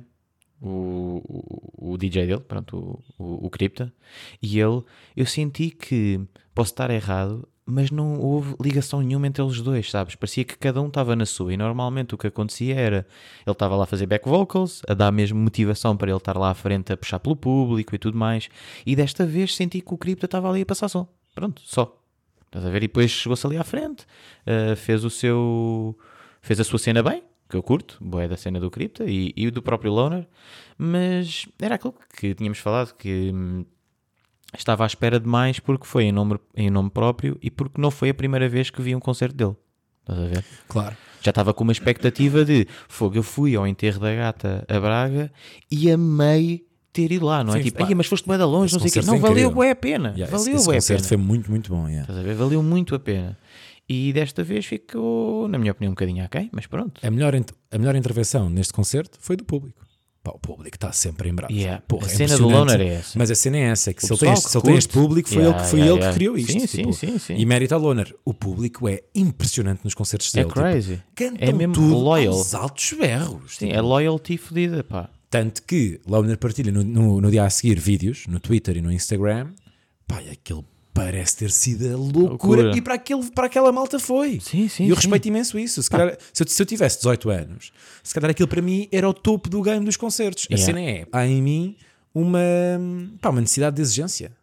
[SPEAKER 1] o, o, o D J dele, pronto, o, o, o Crypta, e ele, eu senti que, posso estar errado, mas não houve ligação nenhuma entre eles dois, sabes? Parecia que cada um estava na sua, e normalmente o que acontecia era, ele estava lá a fazer back vocals, a dar mesmo motivação para ele estar lá à frente a puxar pelo público e tudo mais, e desta vez senti que o Crypta estava ali a passar som. Pronto, só. Estás a ver? E depois chegou-se ali à frente, uh, fez o seu... fez a sua cena bem, que eu curto, boé da cena do Crypta e, e do próprio Loner, mas era aquilo que tínhamos falado, que hum, estava à espera de mais porque foi em nome, em nome próprio e porque não foi a primeira vez que vi um concerto dele. Estás a ver?
[SPEAKER 2] Claro.
[SPEAKER 1] Já estava com uma expectativa de fogo, eu fui ao enterro da gata a Braga e amei ter ido lá, não é?
[SPEAKER 2] Sim,
[SPEAKER 1] Tipo,
[SPEAKER 2] pá,
[SPEAKER 1] "Ai, mas foste bué da longe,
[SPEAKER 2] esse
[SPEAKER 1] não sei o quê."
[SPEAKER 2] concerto
[SPEAKER 1] Não,
[SPEAKER 2] foi
[SPEAKER 1] valeu
[SPEAKER 2] incrível.
[SPEAKER 1] bué a pena.
[SPEAKER 2] Yeah, esse-
[SPEAKER 1] valeu
[SPEAKER 2] esse
[SPEAKER 1] bué a
[SPEAKER 2] concerto
[SPEAKER 1] pena.
[SPEAKER 2] foi muito, muito bom. Yeah.
[SPEAKER 1] Estás a ver? Valeu muito a pena. E desta vez ficou, na minha opinião, um bocadinho aquém, mas pronto.
[SPEAKER 2] A, melhor, int- a melhor intervenção neste concerto foi do público. Pá, o público está sempre em braços.
[SPEAKER 1] Yeah.
[SPEAKER 2] Porra,
[SPEAKER 1] A
[SPEAKER 2] é
[SPEAKER 1] cena do
[SPEAKER 2] impressionante.
[SPEAKER 1] Loner é essa.
[SPEAKER 2] Mas a cena é essa, é que
[SPEAKER 1] O
[SPEAKER 2] se ele, tem
[SPEAKER 1] pessoal
[SPEAKER 2] este,
[SPEAKER 1] que
[SPEAKER 2] se ele tem este
[SPEAKER 1] curte.
[SPEAKER 2] público, foi
[SPEAKER 1] Yeah,
[SPEAKER 2] ele, que, foi
[SPEAKER 1] yeah,
[SPEAKER 2] ele
[SPEAKER 1] yeah.
[SPEAKER 2] que criou isto.
[SPEAKER 1] Sim,
[SPEAKER 2] tipo.
[SPEAKER 1] sim, sim, sim.
[SPEAKER 2] E mérito ao Loner. O público é impressionante nos concertos
[SPEAKER 1] É
[SPEAKER 2] dele. tipo,
[SPEAKER 1] crazy.
[SPEAKER 2] cantam
[SPEAKER 1] É mesmo
[SPEAKER 2] tudo
[SPEAKER 1] loyal.
[SPEAKER 2] aos altos berros.
[SPEAKER 1] Sim,
[SPEAKER 2] tipo.
[SPEAKER 1] é loyalty fodida, pá.
[SPEAKER 2] Tanto que Loner partilha no, no, no dia a seguir vídeos no Twitter e no Instagram. Pá, e aquele parece ter sido a loucura.
[SPEAKER 1] Loucura.
[SPEAKER 2] E para, aquele, para aquela malta foi.
[SPEAKER 1] Sim, sim,
[SPEAKER 2] E eu
[SPEAKER 1] sim.
[SPEAKER 2] respeito imenso isso. Se, calhar, se, eu, se eu tivesse dezoito anos, se calhar aquilo para mim era o topo do game dos concertos. A
[SPEAKER 1] Yeah.
[SPEAKER 2] cena é, há em mim uma, pá, uma necessidade de exigência.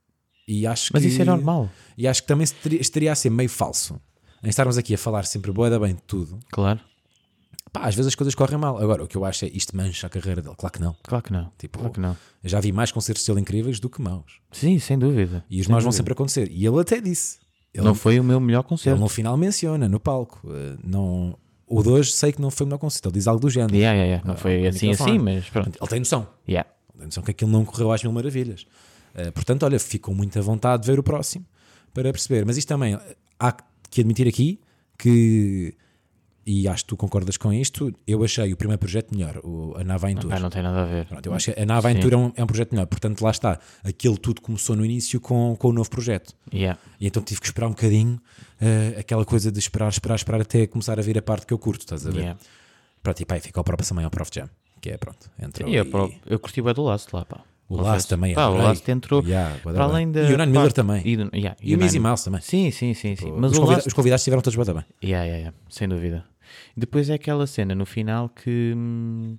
[SPEAKER 2] E acho
[SPEAKER 1] Mas
[SPEAKER 2] que,
[SPEAKER 1] isso é normal.
[SPEAKER 2] E acho que também estaria, estaria a ser meio falso em estarmos aqui a falar sempre bué da bem de tudo.
[SPEAKER 1] Claro.
[SPEAKER 2] Pá, às vezes as coisas correm mal. Agora, o que eu acho é isto mancha a carreira dele. Claro que não.
[SPEAKER 1] Claro que não.
[SPEAKER 2] Tipo,
[SPEAKER 1] claro que não.
[SPEAKER 2] Eu já vi mais concertos dele incríveis do que maus.
[SPEAKER 1] Sim, sem dúvida.
[SPEAKER 2] E os
[SPEAKER 1] Sem
[SPEAKER 2] maus vão
[SPEAKER 1] dúvida.
[SPEAKER 2] sempre acontecer. E ele até disse. Ele,
[SPEAKER 1] Não foi o meu melhor
[SPEAKER 2] ele
[SPEAKER 1] concerto.
[SPEAKER 2] no final menciona no palco. eh, Não, o de hoje sei que não foi o melhor concerto. Ele diz algo do género.
[SPEAKER 1] Yeah, yeah, yeah. Não
[SPEAKER 2] Ah,
[SPEAKER 1] foi
[SPEAKER 2] ao
[SPEAKER 1] assim,
[SPEAKER 2] microfone.
[SPEAKER 1] assim, mas pronto.
[SPEAKER 2] Ele tem noção.
[SPEAKER 1] Yeah.
[SPEAKER 2] Ele tem noção que aquilo não correu às mil maravilhas. Eh, portanto, olha, ficou muita vontade de ver o próximo para perceber. Mas isto também há que admitir aqui que, e acho que tu concordas com isto, eu achei o primeiro projeto melhor, o, a Nave Aventura.
[SPEAKER 1] Ah, não tem nada a ver.
[SPEAKER 2] Pronto, eu acho que a Nave Aventura é um, é um projeto melhor. Portanto, lá está. Aquilo tudo começou no início com, com o novo projeto.
[SPEAKER 1] Yeah.
[SPEAKER 2] E então tive que esperar um bocadinho, eh, aquela coisa de esperar, esperar, esperar até começar a vir a parte que eu curto, estás a ver?
[SPEAKER 1] Yeah.
[SPEAKER 2] Pronto, e pá, e fica o próprio também ao Prof Jam, que é pronto, entrou
[SPEAKER 1] E eu,
[SPEAKER 2] e-
[SPEAKER 1] pró- eu curti bem do Last lá, pá.
[SPEAKER 2] o
[SPEAKER 1] Confesso.
[SPEAKER 2] Last também,
[SPEAKER 1] Pá, o
[SPEAKER 2] adorei.
[SPEAKER 1] Last entrou
[SPEAKER 2] Yeah, bué da
[SPEAKER 1] para
[SPEAKER 2] bem.
[SPEAKER 1] além da
[SPEAKER 2] E o Nine Miller
[SPEAKER 1] parte-
[SPEAKER 2] também.
[SPEAKER 1] E, do- yeah,
[SPEAKER 2] E o Mizzy
[SPEAKER 1] Nine-
[SPEAKER 2] Mouse também.
[SPEAKER 1] Sim, sim, sim, sim. Mas
[SPEAKER 2] os,
[SPEAKER 1] o
[SPEAKER 2] convida-
[SPEAKER 1] Last...
[SPEAKER 2] os convidados estiveram todos bué da bem.
[SPEAKER 1] Yeah, yeah, yeah, sem dúvida. Depois é aquela cena no final que hum,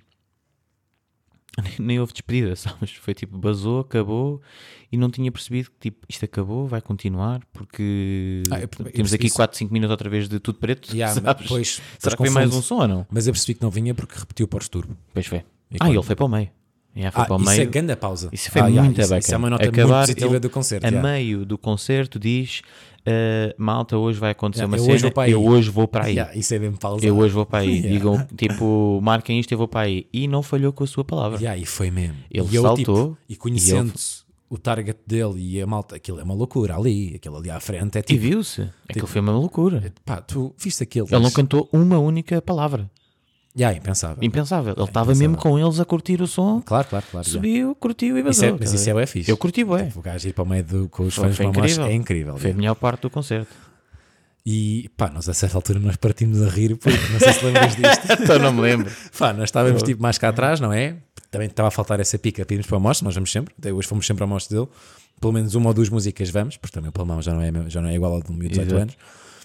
[SPEAKER 1] nem houve despedida, sabes? Foi tipo, basou, acabou e não tinha percebido que tipo, isto acabou, vai continuar, porque
[SPEAKER 2] Ah, eu- eu
[SPEAKER 1] temos
[SPEAKER 2] percebi
[SPEAKER 1] aqui
[SPEAKER 2] isso.
[SPEAKER 1] quatro, cinco minutos outra vez de tudo preto,
[SPEAKER 2] Yeah,
[SPEAKER 1] sabes?
[SPEAKER 2] mas depois-
[SPEAKER 1] Será
[SPEAKER 2] depois
[SPEAKER 1] que foi mais
[SPEAKER 2] confunde.
[SPEAKER 1] um som ou não?
[SPEAKER 2] Mas eu percebi que não vinha porque repetiu para o Turbo.
[SPEAKER 1] Pois foi.
[SPEAKER 2] E
[SPEAKER 1] Ah,
[SPEAKER 2] quando-
[SPEAKER 1] ele foi para o meio. Yeah, foi
[SPEAKER 2] Ah,
[SPEAKER 1] para o
[SPEAKER 2] isso
[SPEAKER 1] meio.
[SPEAKER 2] é grande a pausa.
[SPEAKER 1] Isso foi
[SPEAKER 2] Ah, yeah,
[SPEAKER 1] muito
[SPEAKER 2] isso,
[SPEAKER 1] bacana.
[SPEAKER 2] isso é uma nota
[SPEAKER 1] Acabar,
[SPEAKER 2] muito positiva
[SPEAKER 1] ele,
[SPEAKER 2] do concerto.
[SPEAKER 1] A
[SPEAKER 2] yeah.
[SPEAKER 1] meio do concerto diz uh, malta, hoje vai acontecer
[SPEAKER 2] Yeah,
[SPEAKER 1] uma
[SPEAKER 2] eu
[SPEAKER 1] cena,
[SPEAKER 2] hoje vou para aí.
[SPEAKER 1] eu hoje vou para aí.
[SPEAKER 2] Yeah, isso é bem pausa.
[SPEAKER 1] Eu hoje vou para aí.
[SPEAKER 2] Yeah.
[SPEAKER 1] Digam, tipo, marquem isto, eu vou para aí. E não falhou com a sua palavra.
[SPEAKER 2] Yeah, e foi mesmo.
[SPEAKER 1] Ele
[SPEAKER 2] e eu,
[SPEAKER 1] saltou,
[SPEAKER 2] tipo, e conhecendo o target dele e a malta, aquilo é uma loucura ali, aquilo ali à frente é
[SPEAKER 1] E
[SPEAKER 2] tipo,
[SPEAKER 1] viu-se. Aquilo foi uma loucura.
[SPEAKER 2] pá, tu viste aquilo.
[SPEAKER 1] Ele não cantou uma única palavra.
[SPEAKER 2] Yeah, impensável.
[SPEAKER 1] Impensável. Ele estava
[SPEAKER 2] impensável.
[SPEAKER 1] mesmo com eles a curtir o som,
[SPEAKER 2] Claro, claro, claro. yeah.
[SPEAKER 1] subiu, curtiu e
[SPEAKER 2] Isso
[SPEAKER 1] vazou.
[SPEAKER 2] é, mas
[SPEAKER 1] tá a
[SPEAKER 2] isso
[SPEAKER 1] ver?
[SPEAKER 2] é bué fixe.
[SPEAKER 1] Eu curti bué.
[SPEAKER 2] Tipo, o gajo ir para o meio do, com os
[SPEAKER 1] Foi-
[SPEAKER 2] fãs
[SPEAKER 1] foi
[SPEAKER 2] mamós
[SPEAKER 1] incrível.
[SPEAKER 2] é incrível.
[SPEAKER 1] Foi a
[SPEAKER 2] yeah.
[SPEAKER 1] melhor parte do concerto.
[SPEAKER 2] E pá, nós a certa altura nós partimos a rir porque não sei se lembras disto.
[SPEAKER 1] Então não me lembro.
[SPEAKER 2] Pá, nós estávamos tipo mais cá atrás, não é? Também estava a faltar essa pica para irmos para o mostre, nós vamos sempre, até hoje fomos sempre ao mostre dele, pelo menos uma ou duas músicas vamos, porque também o Palmão já não é, já não é igual ao de um miúdo de dezoito
[SPEAKER 1] Exato.
[SPEAKER 2] anos.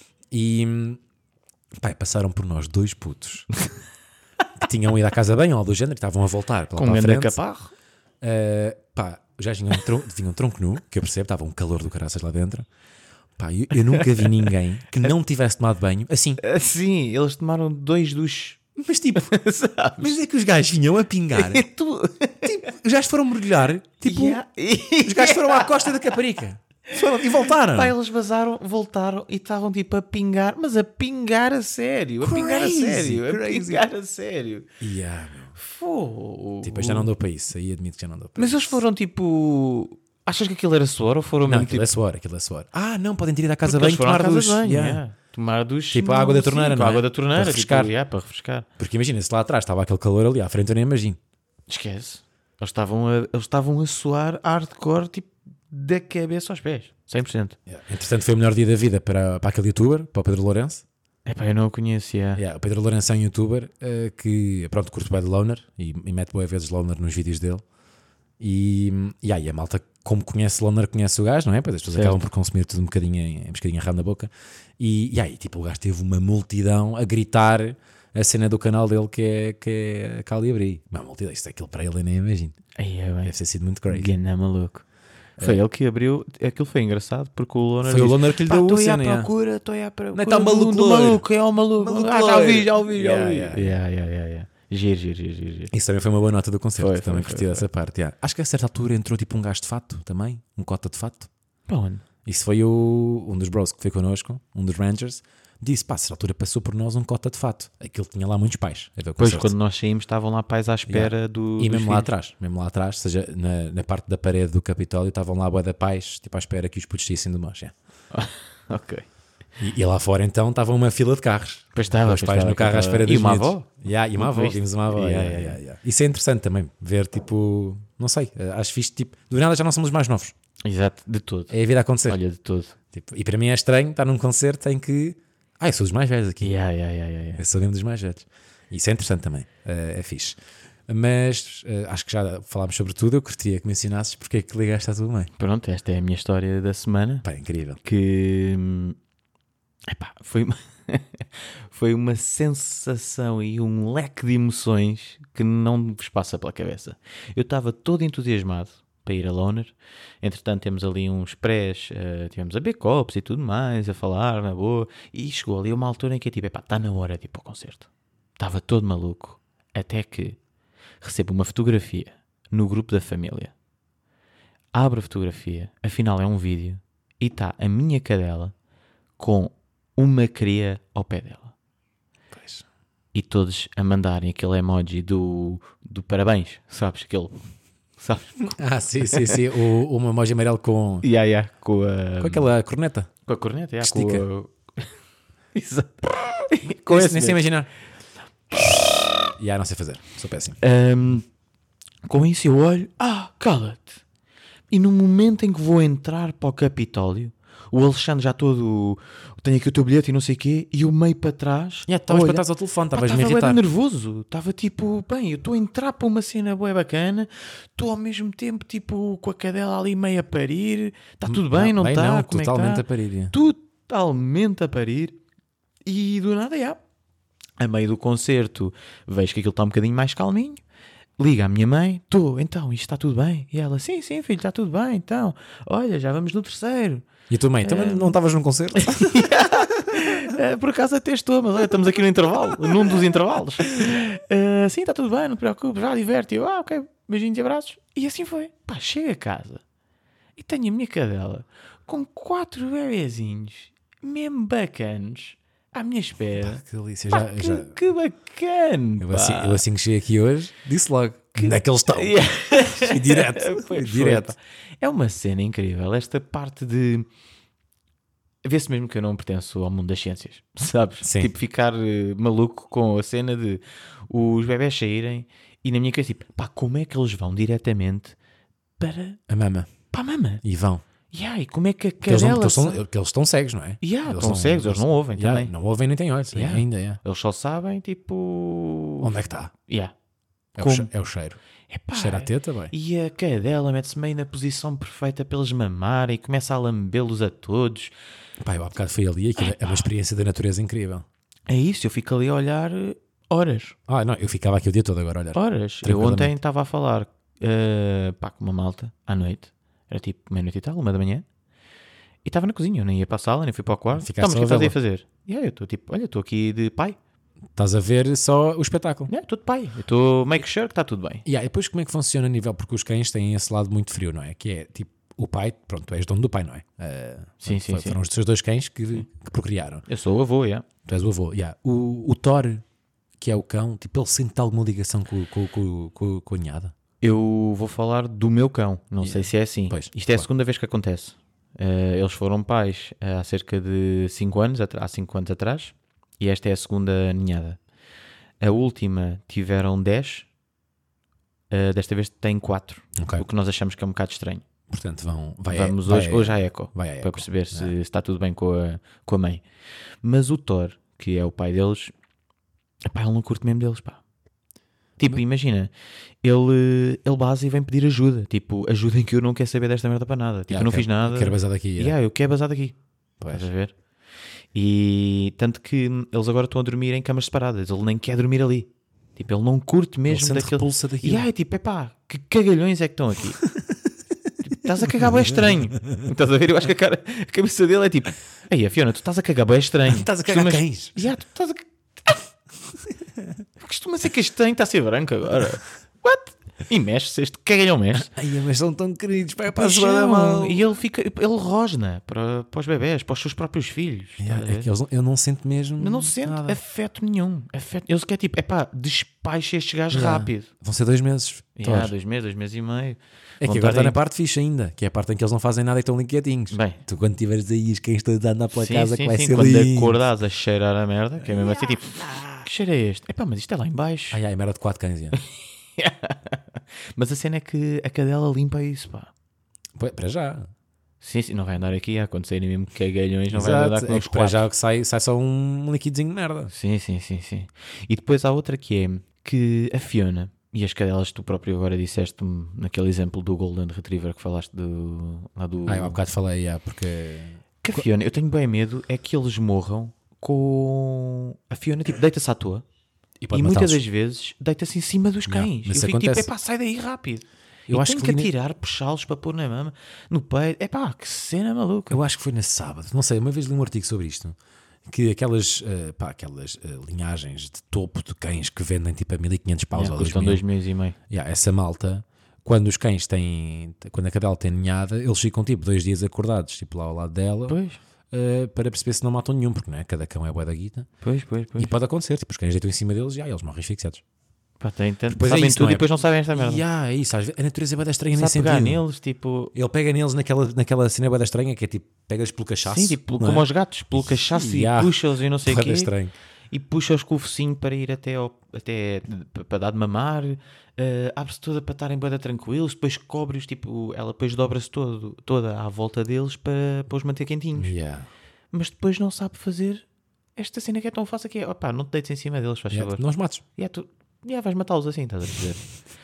[SPEAKER 2] E pá, passaram por nós dois putos que tinham ido à casa bem ou algo do género, e estavam a voltar para lá
[SPEAKER 1] Com um
[SPEAKER 2] para a
[SPEAKER 1] grande
[SPEAKER 2] frente.
[SPEAKER 1] caparro.
[SPEAKER 2] Uh, pá, já vinham um, tron vinham um tronco nu, que eu percebo, estava um calor do caraças lá dentro. Pá, eu, eu nunca vi ninguém que não tivesse tomado banho assim.
[SPEAKER 1] Sim, eles tomaram dois dos.
[SPEAKER 2] Mas tipo,
[SPEAKER 1] Sabes?
[SPEAKER 2] mas é que os gajos vinham a pingar.
[SPEAKER 1] Tu...
[SPEAKER 2] Tipo, os gajos foram mergulhar. Tipo,
[SPEAKER 1] Yeah.
[SPEAKER 2] os gajos foram à costa da Caparica. Foram, e voltaram.
[SPEAKER 1] Pá, eles vazaram, voltaram e estavam tipo a pingar, mas a pingar a sério, a pingar a
[SPEAKER 2] Crazy,
[SPEAKER 1] sério, a
[SPEAKER 2] crazy.
[SPEAKER 1] pingar a sério.
[SPEAKER 2] Yeah, meu.
[SPEAKER 1] Fogo.
[SPEAKER 2] Tipo, eu já não dou para isso. Aí admito que já não dou para
[SPEAKER 1] Mas
[SPEAKER 2] isso.
[SPEAKER 1] eles foram tipo. Achas que aquilo era suor ou foram
[SPEAKER 2] Não,
[SPEAKER 1] mesmo
[SPEAKER 2] aquilo
[SPEAKER 1] tipo.
[SPEAKER 2] é suor, aquilo é suor. Ah, não, podem ter ido à casa
[SPEAKER 1] Porque
[SPEAKER 2] bem
[SPEAKER 1] eles
[SPEAKER 2] e
[SPEAKER 1] foram à
[SPEAKER 2] tomar
[SPEAKER 1] casa
[SPEAKER 2] duche.
[SPEAKER 1] de banho,
[SPEAKER 2] Yeah.
[SPEAKER 1] yeah. Tomar duche.
[SPEAKER 2] Tipo a água da torneira,
[SPEAKER 1] sim,
[SPEAKER 2] não
[SPEAKER 1] com a
[SPEAKER 2] é?
[SPEAKER 1] água da torneira,
[SPEAKER 2] Para refrescar.
[SPEAKER 1] Tipo, yeah, para refrescar.
[SPEAKER 2] Porque imagina, se lá atrás estava aquele calor ali à frente, eu nem imagino.
[SPEAKER 1] Esquece. Eles estavam a, eles estavam a suar hardcore, tipo, da cabeça aos pés. cem por cento.
[SPEAKER 2] Yeah. Entretanto, foi o melhor dia da vida para, para aquele youtuber, para o Pedro Lourenço.
[SPEAKER 1] Epá, eu não o conhecia.
[SPEAKER 2] Yeah, o Pedro Lourenço é um youtuber uh, que, pronto, curte bem de loner e, e mete boas vezes loner nos vídeos dele. E, e aí a malta, como conhece loner, conhece o gajo, não é? Pois as pessoas
[SPEAKER 1] Certo.
[SPEAKER 2] acabam por consumir tudo um bocadinho, em, um bocadinho errado na boca. E, e aí, tipo, o gajo teve uma multidão a gritar a cena do canal dele que é, que é a Cali Abri. Uma multidão, isto é aquilo para ele, eu nem imagino.
[SPEAKER 1] Aí é bem.
[SPEAKER 2] Deve ter sido muito crazy.
[SPEAKER 1] Gana maluco. Foi ele que abriu. Aquilo foi engraçado porque o Loner.
[SPEAKER 2] Foi o
[SPEAKER 1] disse,
[SPEAKER 2] Loner que lhe
[SPEAKER 1] "Pá,
[SPEAKER 2] deu
[SPEAKER 1] tô
[SPEAKER 2] o
[SPEAKER 1] aí à
[SPEAKER 2] cena, yeah.
[SPEAKER 1] procura, estou aí à procura.
[SPEAKER 2] Não é tá maluco,
[SPEAKER 1] do
[SPEAKER 2] loiro.
[SPEAKER 1] maluco, é o maluco.
[SPEAKER 2] Maluco,
[SPEAKER 1] Ah, já
[SPEAKER 2] loiro.
[SPEAKER 1] ouvi, já ouvi, já
[SPEAKER 2] Yeah,
[SPEAKER 1] ouvi.
[SPEAKER 2] yeah.
[SPEAKER 1] Yeah, yeah, yeah, yeah. Giro, giro, giro, giro, giro.
[SPEAKER 2] Isso também foi uma boa nota do concerto.
[SPEAKER 1] Foi, foi,
[SPEAKER 2] também
[SPEAKER 1] foi,
[SPEAKER 2] curti
[SPEAKER 1] foi.
[SPEAKER 2] essa parte. yeah. Acho que a certa altura entrou tipo um gajo de fato também, um cota de fato.
[SPEAKER 1] Para onde?
[SPEAKER 2] Isso foi o, um dos bros que foi connosco, um dos Rangers, disse, pá, a certa altura passou por nós um cota de fato. Aquilo tinha lá muitos pais a ver o
[SPEAKER 1] Pois,
[SPEAKER 2] concerto.
[SPEAKER 1] quando nós saímos, estavam lá pais à espera do.
[SPEAKER 2] E
[SPEAKER 1] dos
[SPEAKER 2] mesmo lá
[SPEAKER 1] filhos.
[SPEAKER 2] atrás, mesmo lá atrás, seja na, na parte da parede do Capitólio, estavam lá bué de pais, tipo à espera que os putos saíssem do mosh. yeah.
[SPEAKER 1] Ok.
[SPEAKER 2] E, e lá fora então estava uma fila de carros.
[SPEAKER 1] Pois estava,
[SPEAKER 2] Os
[SPEAKER 1] pois
[SPEAKER 2] pais
[SPEAKER 1] estava,
[SPEAKER 2] no carro à
[SPEAKER 1] pois
[SPEAKER 2] espera
[SPEAKER 1] estava.
[SPEAKER 2] dos
[SPEAKER 1] E uma
[SPEAKER 2] miúdos.
[SPEAKER 1] avó?
[SPEAKER 2] Yeah, e uma avó,
[SPEAKER 1] Viste?
[SPEAKER 2] vimos uma avó.
[SPEAKER 1] Yeah,
[SPEAKER 2] yeah,
[SPEAKER 1] yeah,
[SPEAKER 2] yeah, yeah. Isso é interessante também, ver tipo, não sei, eh, acho fixe, tipo, do nada já não somos mais novos.
[SPEAKER 1] Exato, de todo.
[SPEAKER 2] É a vida a acontecer.
[SPEAKER 1] Olha, de todo.
[SPEAKER 2] Tipo, e para mim é estranho estar num concerto em que, ah, eu sou dos mais velhos aqui.
[SPEAKER 1] Yeah, yeah, yeah, yeah, yeah.
[SPEAKER 2] Eu sou mesmo dos mais velhos. Isso é interessante também, eh, é fixe. Mas eh, acho que já falámos sobre tudo. Eu curtia que mencionasses porque é que ligaste à tua mãe.
[SPEAKER 1] Pronto, esta é a minha história da semana.
[SPEAKER 2] Pá, é incrível.
[SPEAKER 1] Que hum, epá, foi, uma foi uma sensação e um leque de emoções que não vos passa pela cabeça. Eu estava todo entusiasmado para ir a Loner. Entretanto, temos ali uns prés, uh, tivemos a beber copos e tudo mais, a falar na boa. E chegou ali uma altura em que é tipo, epá, está na hora de ir para o concerto. Estava todo maluco. Até que recebo uma fotografia no grupo da família. Abro a fotografia, afinal é um vídeo, e está a minha cadela com uma cria ao pé dela.
[SPEAKER 2] Pois.
[SPEAKER 1] E todos a mandarem aquele emoji do, do parabéns, sabes? Aquele, sabes?
[SPEAKER 2] Ah, sim, sim, sim. O, o emoji amarelo com,
[SPEAKER 1] Yeah, yeah, com a,
[SPEAKER 2] com aquela corneta.
[SPEAKER 1] com a corneta, yeah,
[SPEAKER 2] Estica.
[SPEAKER 1] com a... Exato.
[SPEAKER 2] Com
[SPEAKER 1] esse
[SPEAKER 2] nem sei
[SPEAKER 1] mesmo.
[SPEAKER 2] imaginar. E ah, não sei fazer, sou péssimo.
[SPEAKER 1] Um, com isso eu olho, ah, cala-te. E no momento em que vou entrar para o Capitólio, o Alexandre já todo, tenho aqui o teu bilhete e não sei o quê, e o meio para trás.
[SPEAKER 2] Yeah, estavas
[SPEAKER 1] olha,
[SPEAKER 2] para trás ao telefone,
[SPEAKER 1] pá,
[SPEAKER 2] estavas a me
[SPEAKER 1] estava bué
[SPEAKER 2] irritar.
[SPEAKER 1] de nervoso, estava tipo, bem, eu estou a entrar para uma cena bué bacana, estou ao mesmo tempo tipo com a cadela ali meio a parir, está tudo bem, não
[SPEAKER 2] Bem,
[SPEAKER 1] está?
[SPEAKER 2] não,
[SPEAKER 1] Como é que
[SPEAKER 2] totalmente
[SPEAKER 1] tá?
[SPEAKER 2] a parir. yeah.
[SPEAKER 1] Totalmente a parir, e do nada, já, a meio do concerto, vejo que aquilo está um bocadinho mais calminho. Liga à minha mãe, estou, então, isto está tudo bem? E ela, sim, sim, filho, está tudo bem, então, olha, já vamos no terceiro.
[SPEAKER 2] E a tua mãe, também não estavas num concerto?
[SPEAKER 1] Eh, por acaso até estou, mas olha, estamos aqui no intervalo, num dos intervalos. Eh, sim, está tudo bem, não te preocupes, já diverte. Eu, ah, ok, beijinhos e abraços. E assim foi. Pá, chego a casa e tenho a minha cadela com quatro bebezinhos, mesmo bacanos, à minha espera.
[SPEAKER 2] Que delícia,
[SPEAKER 1] Pá,
[SPEAKER 2] já,
[SPEAKER 1] que,
[SPEAKER 2] já.
[SPEAKER 1] que bacana.
[SPEAKER 2] Eu,
[SPEAKER 1] pá.
[SPEAKER 2] assim, eu assim que cheguei aqui hoje, disse logo, onde é que eles estão?
[SPEAKER 1] Yeah.
[SPEAKER 2] E direto,
[SPEAKER 1] Foi- foi,
[SPEAKER 2] direto.
[SPEAKER 1] pá. É uma cena incrível, esta parte de vê-se mesmo que eu não pertenço ao mundo das ciências, sabes?
[SPEAKER 2] Sim.
[SPEAKER 1] Tipo, ficar eh, maluco com a cena de os bebés saírem e na minha cabeça, tipo, pá, como é que eles vão diretamente para,
[SPEAKER 2] A mama.
[SPEAKER 1] para a mama?
[SPEAKER 2] E vão.
[SPEAKER 1] Yeah, e como é que a
[SPEAKER 2] Porque eles, não,
[SPEAKER 1] cadela...
[SPEAKER 2] porque eles,
[SPEAKER 1] sa-
[SPEAKER 2] são, porque eles estão cegos, não é?
[SPEAKER 1] Yeah,
[SPEAKER 2] Eles
[SPEAKER 1] estão
[SPEAKER 2] não-
[SPEAKER 1] cegos, eles não ouvem
[SPEAKER 2] Yeah,
[SPEAKER 1] também.
[SPEAKER 2] Não ouvem nem têm olhos.
[SPEAKER 1] Yeah.
[SPEAKER 2] Ainda, yeah.
[SPEAKER 1] Eles só sabem, tipo...
[SPEAKER 2] Onde é que está?
[SPEAKER 1] Yeah.
[SPEAKER 2] É, o
[SPEAKER 1] Como?
[SPEAKER 2] che- é o cheiro.
[SPEAKER 1] Epá,
[SPEAKER 2] Cheira a teta, bem.
[SPEAKER 1] e a cadela mete-se meio na posição perfeita para eles mamarem e começa a lambê-los a todos.
[SPEAKER 2] Pá, eu há bocado fui ali, aquilo é uma experiência da natureza incrível.
[SPEAKER 1] É isso, eu fico ali a olhar eh, horas.
[SPEAKER 2] Ah, não, eu ficava aqui o dia todo agora a olhar.
[SPEAKER 1] Horas. Eu
[SPEAKER 2] Tranquilamente.
[SPEAKER 1] ontem estava a falar eh, pá, com uma malta à noite. Era tipo meia-noite e tal, uma da manhã. E estava na cozinha, eu nem ia para a sala, nem fui para o quarto.
[SPEAKER 2] Ficaste
[SPEAKER 1] Então, mas o
[SPEAKER 2] só
[SPEAKER 1] que
[SPEAKER 2] a
[SPEAKER 1] estás aí a
[SPEAKER 2] vê-la.
[SPEAKER 1] fazer? E aí, eu estou tipo, olha, estou aqui de pai.
[SPEAKER 2] Estás a ver só o espetáculo.
[SPEAKER 1] É, estou de pai. Eu estou make sure que está tudo bem.
[SPEAKER 2] E aí, depois como é que funciona a nível? Porque os cães têm esse lado muito frio, não é? Que é tipo, o pai, pronto, tu és dono do pai, não é? Ah,
[SPEAKER 1] Sim,
[SPEAKER 2] pronto,
[SPEAKER 1] sim,
[SPEAKER 2] foi-
[SPEAKER 1] sim.
[SPEAKER 2] Foram os teus dois cães que, que procriaram.
[SPEAKER 1] Eu sou o avô, yeah.
[SPEAKER 2] Tu és o avô. Yeah. O, o Thor, que é o cão, tipo, ele sente alguma ligação com, com, com, com, com a ninhada?
[SPEAKER 1] Eu vou falar do meu cão, não sei se é assim.
[SPEAKER 2] Pois,
[SPEAKER 1] Isto é a
[SPEAKER 2] claro.
[SPEAKER 1] segunda vez que acontece. Eh, eles foram pais eh, há cerca de cinco anos, atra- há cinco anos atrás, e esta é a segunda ninhada. A última tiveram dez, eh, desta vez tem quatro,
[SPEAKER 2] Ok.
[SPEAKER 1] o que nós achamos que é um bocado estranho.
[SPEAKER 2] Portanto, vão, vai
[SPEAKER 1] Vamos
[SPEAKER 2] vai
[SPEAKER 1] hoje, hoje à eco,
[SPEAKER 2] vai à
[SPEAKER 1] para
[SPEAKER 2] eco.
[SPEAKER 1] perceber se,
[SPEAKER 2] É.
[SPEAKER 1] se está tudo bem com a, com a mãe. Mas o Thor, que é o pai deles, epá, ele não curte mesmo deles, pá. Tipo, imagina, ele, ele base e vem pedir ajuda. Tipo, ajudem que eu não quero saber desta merda para nada. Tipo,
[SPEAKER 2] Yeah,
[SPEAKER 1] eu não
[SPEAKER 2] quero-
[SPEAKER 1] fiz nada.
[SPEAKER 2] Quero basar daqui. yeah.
[SPEAKER 1] Yeah, eu quero basar daqui.
[SPEAKER 2] Pois.
[SPEAKER 1] Estás a ver? E tanto que eles agora estão a dormir em camas separadas. Ele nem quer dormir ali. Tipo, ele não curte
[SPEAKER 2] Ele
[SPEAKER 1] mesmo
[SPEAKER 2] sente
[SPEAKER 1] daquele...
[SPEAKER 2] repulsa daquilo.
[SPEAKER 1] E aí, tipo, epá, que cagalhões é que estão aqui? Tipo, estás a cagar bem estranho. Estás a ver? Eu acho que a, cara, a cabeça dele é tipo, ei, a Fiona, tu estás a cagar bem estranho.
[SPEAKER 2] Estás a cagar
[SPEAKER 1] Costumas-
[SPEAKER 2] cães.
[SPEAKER 1] Yeah, tu estás a... Costuma ser castanho, está a ser branco agora. What? E mexe-se, este cagalhão mexe.
[SPEAKER 2] Ai, mas são tão queridos, pai, para a
[SPEAKER 1] Pois
[SPEAKER 2] sua
[SPEAKER 1] são.
[SPEAKER 2] mão.
[SPEAKER 1] E ele fica, ele rosna para, para os bebés, para os seus próprios filhos.
[SPEAKER 2] Yeah,
[SPEAKER 1] estás a
[SPEAKER 2] é
[SPEAKER 1] ver?
[SPEAKER 2] que eles, eu não sinto mesmo.
[SPEAKER 1] Eu não sente
[SPEAKER 2] nada.
[SPEAKER 1] afeto nenhum. Afeto. Eles querem tipo, epá, despacha estes gajos
[SPEAKER 2] Yeah.
[SPEAKER 1] rápido.
[SPEAKER 2] Vão ser dois meses.
[SPEAKER 1] Yeah,
[SPEAKER 2] Thor.
[SPEAKER 1] dois meses, dois meses e meio.
[SPEAKER 2] É
[SPEAKER 1] Vão
[SPEAKER 2] que agora
[SPEAKER 1] estar
[SPEAKER 2] está
[SPEAKER 1] aí.
[SPEAKER 2] na parte fixe ainda, que é a parte em que eles não fazem nada e estão ali quietinhos.
[SPEAKER 1] Bem.
[SPEAKER 2] Tu quando estiveres aí os cães todos a andar pela
[SPEAKER 1] Sim,
[SPEAKER 2] casa
[SPEAKER 1] sim,
[SPEAKER 2] que vai
[SPEAKER 1] sim.
[SPEAKER 2] ser
[SPEAKER 1] Quando
[SPEAKER 2] lindo.
[SPEAKER 1] acordares a cheirar a merda, que é mesmo assim tipo, que cheiro é este? Epá, mas isto é lá em baixo.
[SPEAKER 2] Ai ai, merda de quatro cães. yeah.
[SPEAKER 1] Mas a cena é que a cadela limpa isso, pá.
[SPEAKER 2] Pois, para já.
[SPEAKER 1] Sim, sim, não vai andar aqui a acontecerem mesmo cagalhões, não vai andar
[SPEAKER 2] Exato.
[SPEAKER 1] com
[SPEAKER 2] É
[SPEAKER 1] uns
[SPEAKER 2] que para
[SPEAKER 1] quatro.
[SPEAKER 2] já o que sai, sai só um liquidezinho de merda.
[SPEAKER 1] Sim, sim, sim, sim. E depois há outra que é que a Fiona e as cadelas, tu próprio agora disseste-me naquele exemplo do Golden Retriever que falaste do, lá do.
[SPEAKER 2] Ah, eu há bocado falei, yeah, porque.
[SPEAKER 1] Que a Fiona, eu tenho bem medo é que eles morram com. A Fiona, tipo, deita-se à toa
[SPEAKER 2] E
[SPEAKER 1] e
[SPEAKER 2] pode
[SPEAKER 1] muitas
[SPEAKER 2] matá-los.
[SPEAKER 1] das vezes deita-se em cima dos
[SPEAKER 2] Yeah,
[SPEAKER 1] cães.
[SPEAKER 2] mas
[SPEAKER 1] eu
[SPEAKER 2] isso
[SPEAKER 1] fico
[SPEAKER 2] acontece.
[SPEAKER 1] tipo, epá, sai daí rápido.
[SPEAKER 2] Eu
[SPEAKER 1] Eu
[SPEAKER 2] acho
[SPEAKER 1] tenho
[SPEAKER 2] que
[SPEAKER 1] que,
[SPEAKER 2] li na-
[SPEAKER 1] atirar, puxá-los para pôr na mama, no peito. Epá, que cena maluca.
[SPEAKER 2] Eu acho que foi na sábado, não sei, uma vez li um artigo sobre isto, que aquelas, eh, pá, aquelas eh, linhagens de topo de cães que vendem tipo a mil e quinhentos paus
[SPEAKER 1] Yeah,
[SPEAKER 2] ou dois
[SPEAKER 1] custam
[SPEAKER 2] mil,
[SPEAKER 1] dois meses e meio.
[SPEAKER 2] yeah, essa malta, quando os cães têm, quando a cadela tem ninhada, eles ficam tipo dois dias acordados, tipo lá ao lado dela,
[SPEAKER 1] Pois,
[SPEAKER 2] eh, para perceber se não matam nenhum, porque não é? Cada cão é bué da guita,
[SPEAKER 1] pois, pois, pois.
[SPEAKER 2] e pode acontecer, tipo, os cães deitam em cima deles e ah, eles morrem asfixiados.
[SPEAKER 1] Pá, tem, tem,
[SPEAKER 2] Depois é
[SPEAKER 1] sabem
[SPEAKER 2] isso,
[SPEAKER 1] tudo
[SPEAKER 2] não é?
[SPEAKER 1] e depois não sabem esta merda.
[SPEAKER 2] E ah, é isso, às vezes, a natureza é bué da estranha nesse
[SPEAKER 1] Sabe pegar
[SPEAKER 2] sentido.
[SPEAKER 1] neles, tipo...
[SPEAKER 2] Ele pega neles naquela, naquela cena bué da estranha, que é tipo, pega-os pelo cachaço.
[SPEAKER 1] Sim, tipo,
[SPEAKER 2] não
[SPEAKER 1] como
[SPEAKER 2] é?
[SPEAKER 1] aos gatos, pelo cachaço
[SPEAKER 2] Yeah.
[SPEAKER 1] e puxa-os e não sei o
[SPEAKER 2] Bué da
[SPEAKER 1] quê.
[SPEAKER 2] estranho.
[SPEAKER 1] E puxa-os com o focinho para ir até, ao, até para dar de mamar. eh, abre-se toda para estarem bué da tranquilos. Depois cobre-os, tipo, ela depois dobra-se todo, toda à volta deles para, para os manter quentinhos.
[SPEAKER 2] Yeah.
[SPEAKER 1] Mas depois não sabe fazer esta cena que é tão fácil que é, opá, não te deites em cima deles, faz
[SPEAKER 2] Yeah,
[SPEAKER 1] favor.
[SPEAKER 2] não os mates.
[SPEAKER 1] E tu, yeah, vais matá-los assim, estás a perceber?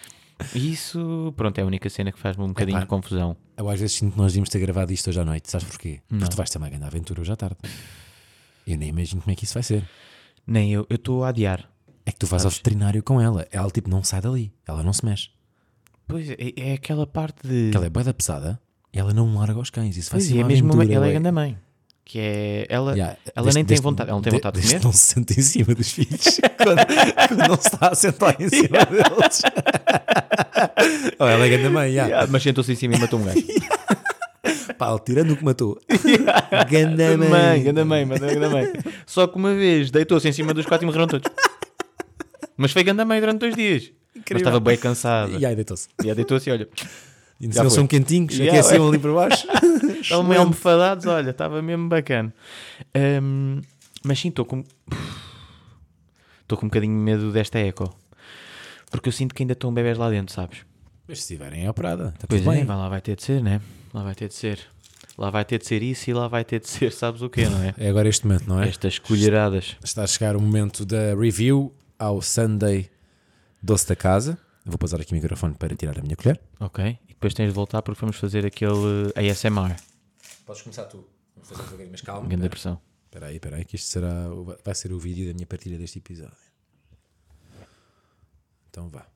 [SPEAKER 1] E isso, pronto, é a única cena que faz-me um bocadinho
[SPEAKER 2] Epá.
[SPEAKER 1] de confusão.
[SPEAKER 2] Eu às vezes sinto que nós devíamos ter gravado isto hoje à noite. Sabes porquê?
[SPEAKER 1] Não.
[SPEAKER 2] Porque tu vais ter uma grande aventura hoje à tarde. Eu nem imagino como é que isso vai ser.
[SPEAKER 1] Nem eu, eu estou a adiar.
[SPEAKER 2] É que tu vais ao veterinário com ela. Ela tipo não sai dali. Ela não se mexe.
[SPEAKER 1] Pois, é, é aquela parte de...
[SPEAKER 2] Porque ela é bué da pesada e ela não larga os cães. Isso vai
[SPEAKER 1] Pois,
[SPEAKER 2] ser
[SPEAKER 1] e é
[SPEAKER 2] uma
[SPEAKER 1] mesmo uma,
[SPEAKER 2] aventura.
[SPEAKER 1] ela é
[SPEAKER 2] ué.
[SPEAKER 1] grande mãe. Que é... Ela,
[SPEAKER 2] Yeah,
[SPEAKER 1] ela
[SPEAKER 2] desde-
[SPEAKER 1] nem tem
[SPEAKER 2] desde-
[SPEAKER 1] vontade. Ela não tem vontade de
[SPEAKER 2] desde
[SPEAKER 1] comer.
[SPEAKER 2] não se senta em cima dos filhos. quando, quando não se está a sentar em cima deles. Oh, ela é grande mãe, yeah.
[SPEAKER 1] Yeah, mas sentou-se em cima e matou um gajo.
[SPEAKER 2] Pá, tirando o que matou. Ganda mãe.
[SPEAKER 1] mãe, grande mãe, mas é grande mãe. Só que uma vez deitou-se em cima dos quatro e morreram todos. Mas foi grande mãe durante dois dias. Mas estava bem cansada.
[SPEAKER 2] E aí deitou-se.
[SPEAKER 1] E aí deitou-se e olha...
[SPEAKER 2] E
[SPEAKER 1] Já
[SPEAKER 2] eles
[SPEAKER 1] foi.
[SPEAKER 2] são quentinhos,
[SPEAKER 1] Yeah,
[SPEAKER 2] aqueciam
[SPEAKER 1] ué.
[SPEAKER 2] ali para baixo.
[SPEAKER 1] Estavam meio almofadados, olha, estava mesmo bacana. Ahm, mas sim, estou com. Estou com um bocadinho de medo desta eco. Porque eu sinto que ainda estão bebés lá dentro, sabes?
[SPEAKER 2] Mas se estiverem é operada, está
[SPEAKER 1] Pois
[SPEAKER 2] tudo
[SPEAKER 1] é,
[SPEAKER 2] bem.
[SPEAKER 1] vai lá vai ter de ser, né? Lá vai ter de ser. Lá vai ter de ser isso e lá vai ter de ser, sabes o quê, não é?
[SPEAKER 2] É agora este momento, não é?
[SPEAKER 1] Estas colheradas.
[SPEAKER 2] Está a chegar o momento da review ao Sunday Doce da Casa. Eu vou pausar aqui o microfone para tirar a minha colher.
[SPEAKER 1] Ok? E depois tens de voltar porque vamos fazer aquele A S M R.
[SPEAKER 2] Podes começar tu. Vamos fazer devagarinho, mas calma.
[SPEAKER 1] Grande pressão.
[SPEAKER 2] Espera aí, espera aí, que isto será, o- vai ser o vídeo da minha partilha deste episódio. Então vá.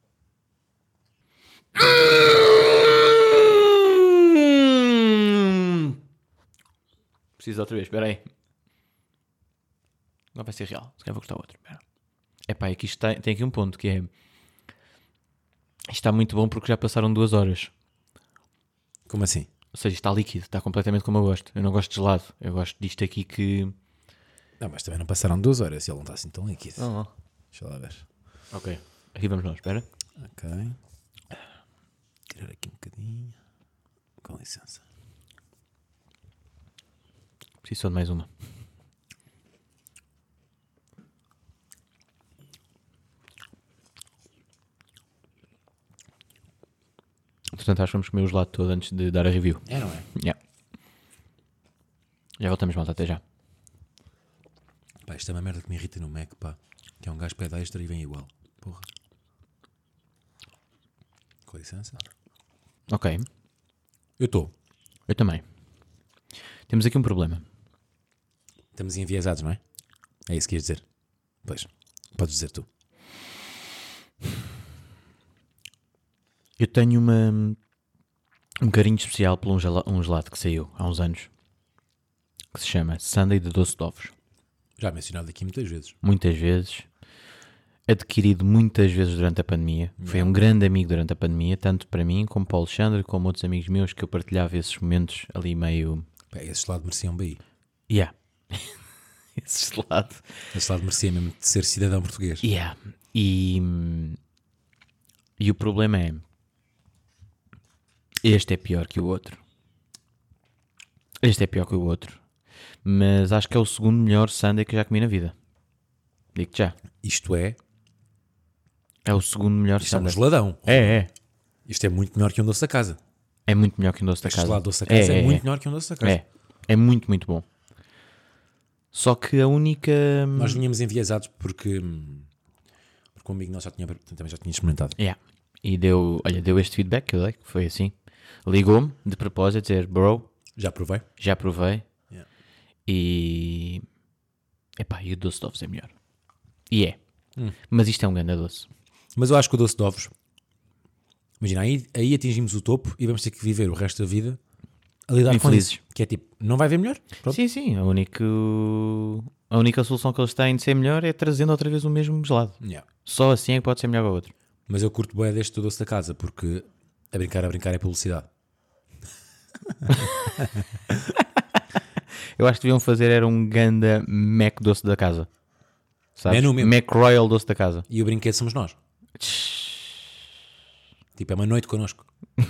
[SPEAKER 1] Preciso outra vez, espera aí. Não vai ser real, se calhar vou cortar outro. Espera. Epá, é que isto tem, tem aqui um ponto que é... Isto está muito bom porque já passaram duas horas.
[SPEAKER 2] Como assim?
[SPEAKER 1] Ou seja, isto está líquido, está completamente como eu gosto. Eu não gosto de gelado, eu gosto disto aqui que...
[SPEAKER 2] Não, mas também não passaram duas horas e ele não está assim tão líquido.
[SPEAKER 1] Não, não.
[SPEAKER 2] Deixa lá ver.
[SPEAKER 1] Ok, aqui vamos nós, espera.
[SPEAKER 2] Ok. Tirar aqui um bocadinho. Com licença.
[SPEAKER 1] Preciso só de mais uma. Portanto, acho que vamos comer o gelado todo antes de dar a review.
[SPEAKER 2] É, não é?
[SPEAKER 1] Yeah. Já voltamos, malta, até já.
[SPEAKER 2] Pá, isto é uma merda que me irrita no Mac, pá. Que é um gajo pede extra e vem igual. Porra. Com licença.
[SPEAKER 1] Ok,
[SPEAKER 2] Eu estou.
[SPEAKER 1] eu também. Temos aqui um problema.
[SPEAKER 2] Estamos enviesados, não é? É isso que ias dizer. Pois. Podes dizer tu.
[SPEAKER 1] Eu tenho uma, um carinho especial por um gela- um gelado que saiu há uns anos. Que se chama Sunday de Doce de Ovos.
[SPEAKER 2] Já mencionado aqui muitas vezes.
[SPEAKER 1] Muitas vezes. Adquirido muitas vezes durante a pandemia. Foi um grande amigo durante a pandemia, tanto para mim como para o Alexandre, como outros amigos meus que eu partilhava esses momentos ali meio...
[SPEAKER 2] Pá, esse lado merecia um B I.
[SPEAKER 1] Yeah. Esse gelado.
[SPEAKER 2] Esse lado merecia mesmo de ser cidadão português.
[SPEAKER 1] Yeah. E, e o problema é... Este é pior que o outro. Este é pior que o outro. Mas acho que é o segundo melhor sundae que já comi na vida. Digo-te já.
[SPEAKER 2] Isto é...
[SPEAKER 1] É o segundo melhor
[SPEAKER 2] Isto é um
[SPEAKER 1] sundae.
[SPEAKER 2] geladão.
[SPEAKER 1] É, é.
[SPEAKER 2] Isto é muito melhor que um doce da casa.
[SPEAKER 1] É muito melhor que um doce da
[SPEAKER 2] Este
[SPEAKER 1] casa.
[SPEAKER 2] gelado doce da casa é,
[SPEAKER 1] é,
[SPEAKER 2] muito
[SPEAKER 1] é.
[SPEAKER 2] melhor que um doce da casa.
[SPEAKER 1] É. É muito, muito bom. Só que a única...
[SPEAKER 2] Nós vinhamos enviesados porque, hum, porque um amigo nosso já tinha, também já tinha experimentado.
[SPEAKER 1] Yeah. E deu, olha, deu este feedback que eu dei, que foi assim. Ligou-me de propósito a dizer, bro,
[SPEAKER 2] Já provei.
[SPEAKER 1] já provei.
[SPEAKER 2] Yeah.
[SPEAKER 1] E... Epá, e o doce de ovos é melhor. E é.
[SPEAKER 2] Hum.
[SPEAKER 1] Mas isto é um grande doce.
[SPEAKER 2] Mas eu acho que o doce de ovos, imagina, aí, aí atingimos o topo e vamos ter que viver o resto da vida a lidar com
[SPEAKER 1] Infelizes.
[SPEAKER 2] isso. Que é tipo, não vai ver melhor? Pronto.
[SPEAKER 1] Sim, sim. A única, a única solução que eles têm de ser melhor é trazendo outra vez o mesmo gelado.
[SPEAKER 2] Yeah.
[SPEAKER 1] Só assim é que pode ser melhor que o outro.
[SPEAKER 2] Mas eu curto bem deste doce da casa porque a brincar, a brincar é publicidade.
[SPEAKER 1] Eu acho que deviam fazer era um ganda Mac doce da casa. Sabes?
[SPEAKER 2] Menu mesmo.
[SPEAKER 1] Mac Royal doce da casa.
[SPEAKER 2] E o brinquedo somos nós. Tipo, é uma noite connosco.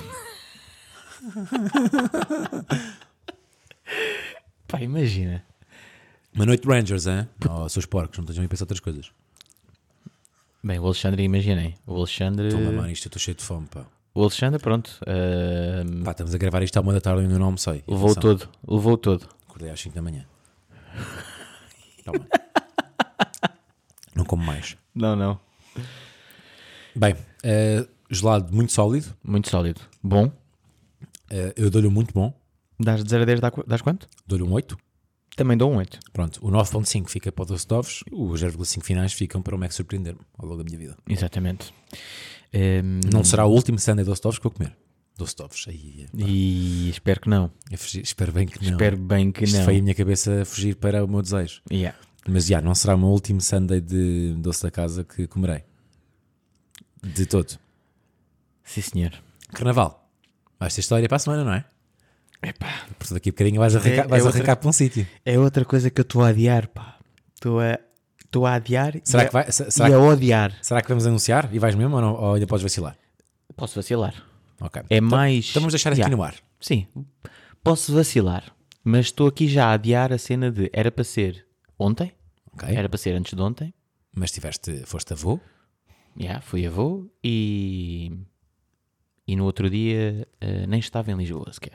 [SPEAKER 1] Pá, imagina.
[SPEAKER 2] Uma noite de Rangers, hein? Oh, seus porcos, não estejam a pensar outras coisas.
[SPEAKER 1] Bem, o Alexandre, imaginei. O Alexandre...
[SPEAKER 2] Estou a mamar isto, eu estou cheio de fome, pá.
[SPEAKER 1] O Alexandre, pronto. ahm,
[SPEAKER 2] Pá, estamos a gravar isto à uma da tarde e ainda não almocei.
[SPEAKER 1] levou
[SPEAKER 2] Atenção.
[SPEAKER 1] todo. Levou todo.
[SPEAKER 2] Acordei às cinco da manhã. Toma. Não como mais.
[SPEAKER 1] Não, não.
[SPEAKER 2] Bem, eh, gelado muito sólido.
[SPEAKER 1] Muito sólido. Bom.
[SPEAKER 2] Eh, eu dou-lhe um muito bom.
[SPEAKER 1] Dás de zero a dez, dá qu- dás quanto?
[SPEAKER 2] Dou-lhe um oito.
[SPEAKER 1] Também dou um oito.
[SPEAKER 2] Pronto, o nove ponto cinco fica para o doce de ovos. Os zero vírgula cinco finais ficam para o Mac surpreender-me ao longo da minha vida.
[SPEAKER 1] Exatamente. Ahm,
[SPEAKER 2] Não será o último sundae doce de ovos que vou comer. Doce de ovos. Aí, pá,
[SPEAKER 1] E espero que não.
[SPEAKER 2] eu fugi- espero bem que não.
[SPEAKER 1] Espero bem que
[SPEAKER 2] Isto
[SPEAKER 1] não.
[SPEAKER 2] foi a minha cabeça a fugir para o meu desejo.
[SPEAKER 1] Yeah.
[SPEAKER 2] Mas já, não será o meu último sundae de doce da casa que comerei. De todo.
[SPEAKER 1] Sim, senhor.
[SPEAKER 2] Carnaval. Vais ter história para a semana, não é?
[SPEAKER 1] Epá,
[SPEAKER 2] Porque daqui a bocadinho vais arrancar,
[SPEAKER 1] É-
[SPEAKER 2] vais
[SPEAKER 1] é outra-
[SPEAKER 2] arrancar para um sítio.
[SPEAKER 1] é outra coisa que eu estou a adiar, pá. Estou a, estou a adiar
[SPEAKER 2] Será
[SPEAKER 1] e,
[SPEAKER 2] que vai-
[SPEAKER 1] a,
[SPEAKER 2] se- será
[SPEAKER 1] e
[SPEAKER 2] que-
[SPEAKER 1] a odiar.
[SPEAKER 2] Será que vamos anunciar e vais mesmo ou, não, ou ainda podes vacilar?
[SPEAKER 1] Posso vacilar.
[SPEAKER 2] Ok.
[SPEAKER 1] É
[SPEAKER 2] Então-
[SPEAKER 1] mais.
[SPEAKER 2] Então vamos deixar aqui
[SPEAKER 1] Yeah.
[SPEAKER 2] no ar.
[SPEAKER 1] Sim, posso vacilar, mas estou aqui já a adiar a cena de era para ser ontem,
[SPEAKER 2] Ok.
[SPEAKER 1] era para ser antes de ontem.
[SPEAKER 2] Mas tiveste, foste avô.
[SPEAKER 1] Yeah, fui avô e. E no outro dia eh, nem estava em Lisboa sequer.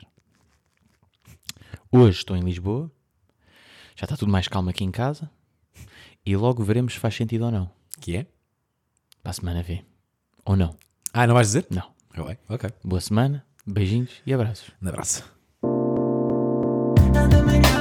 [SPEAKER 1] Hoje estou em Lisboa, já está tudo mais calmo aqui em casa e logo veremos se faz sentido ou não.
[SPEAKER 2] Que é?
[SPEAKER 1] Para a semana vê. Ou não.
[SPEAKER 2] Ah, não vais dizer?
[SPEAKER 1] Não.
[SPEAKER 2] Ok. Ok.
[SPEAKER 1] Boa semana, beijinhos e abraços.
[SPEAKER 2] Um abraço.
[SPEAKER 3] Nada melhor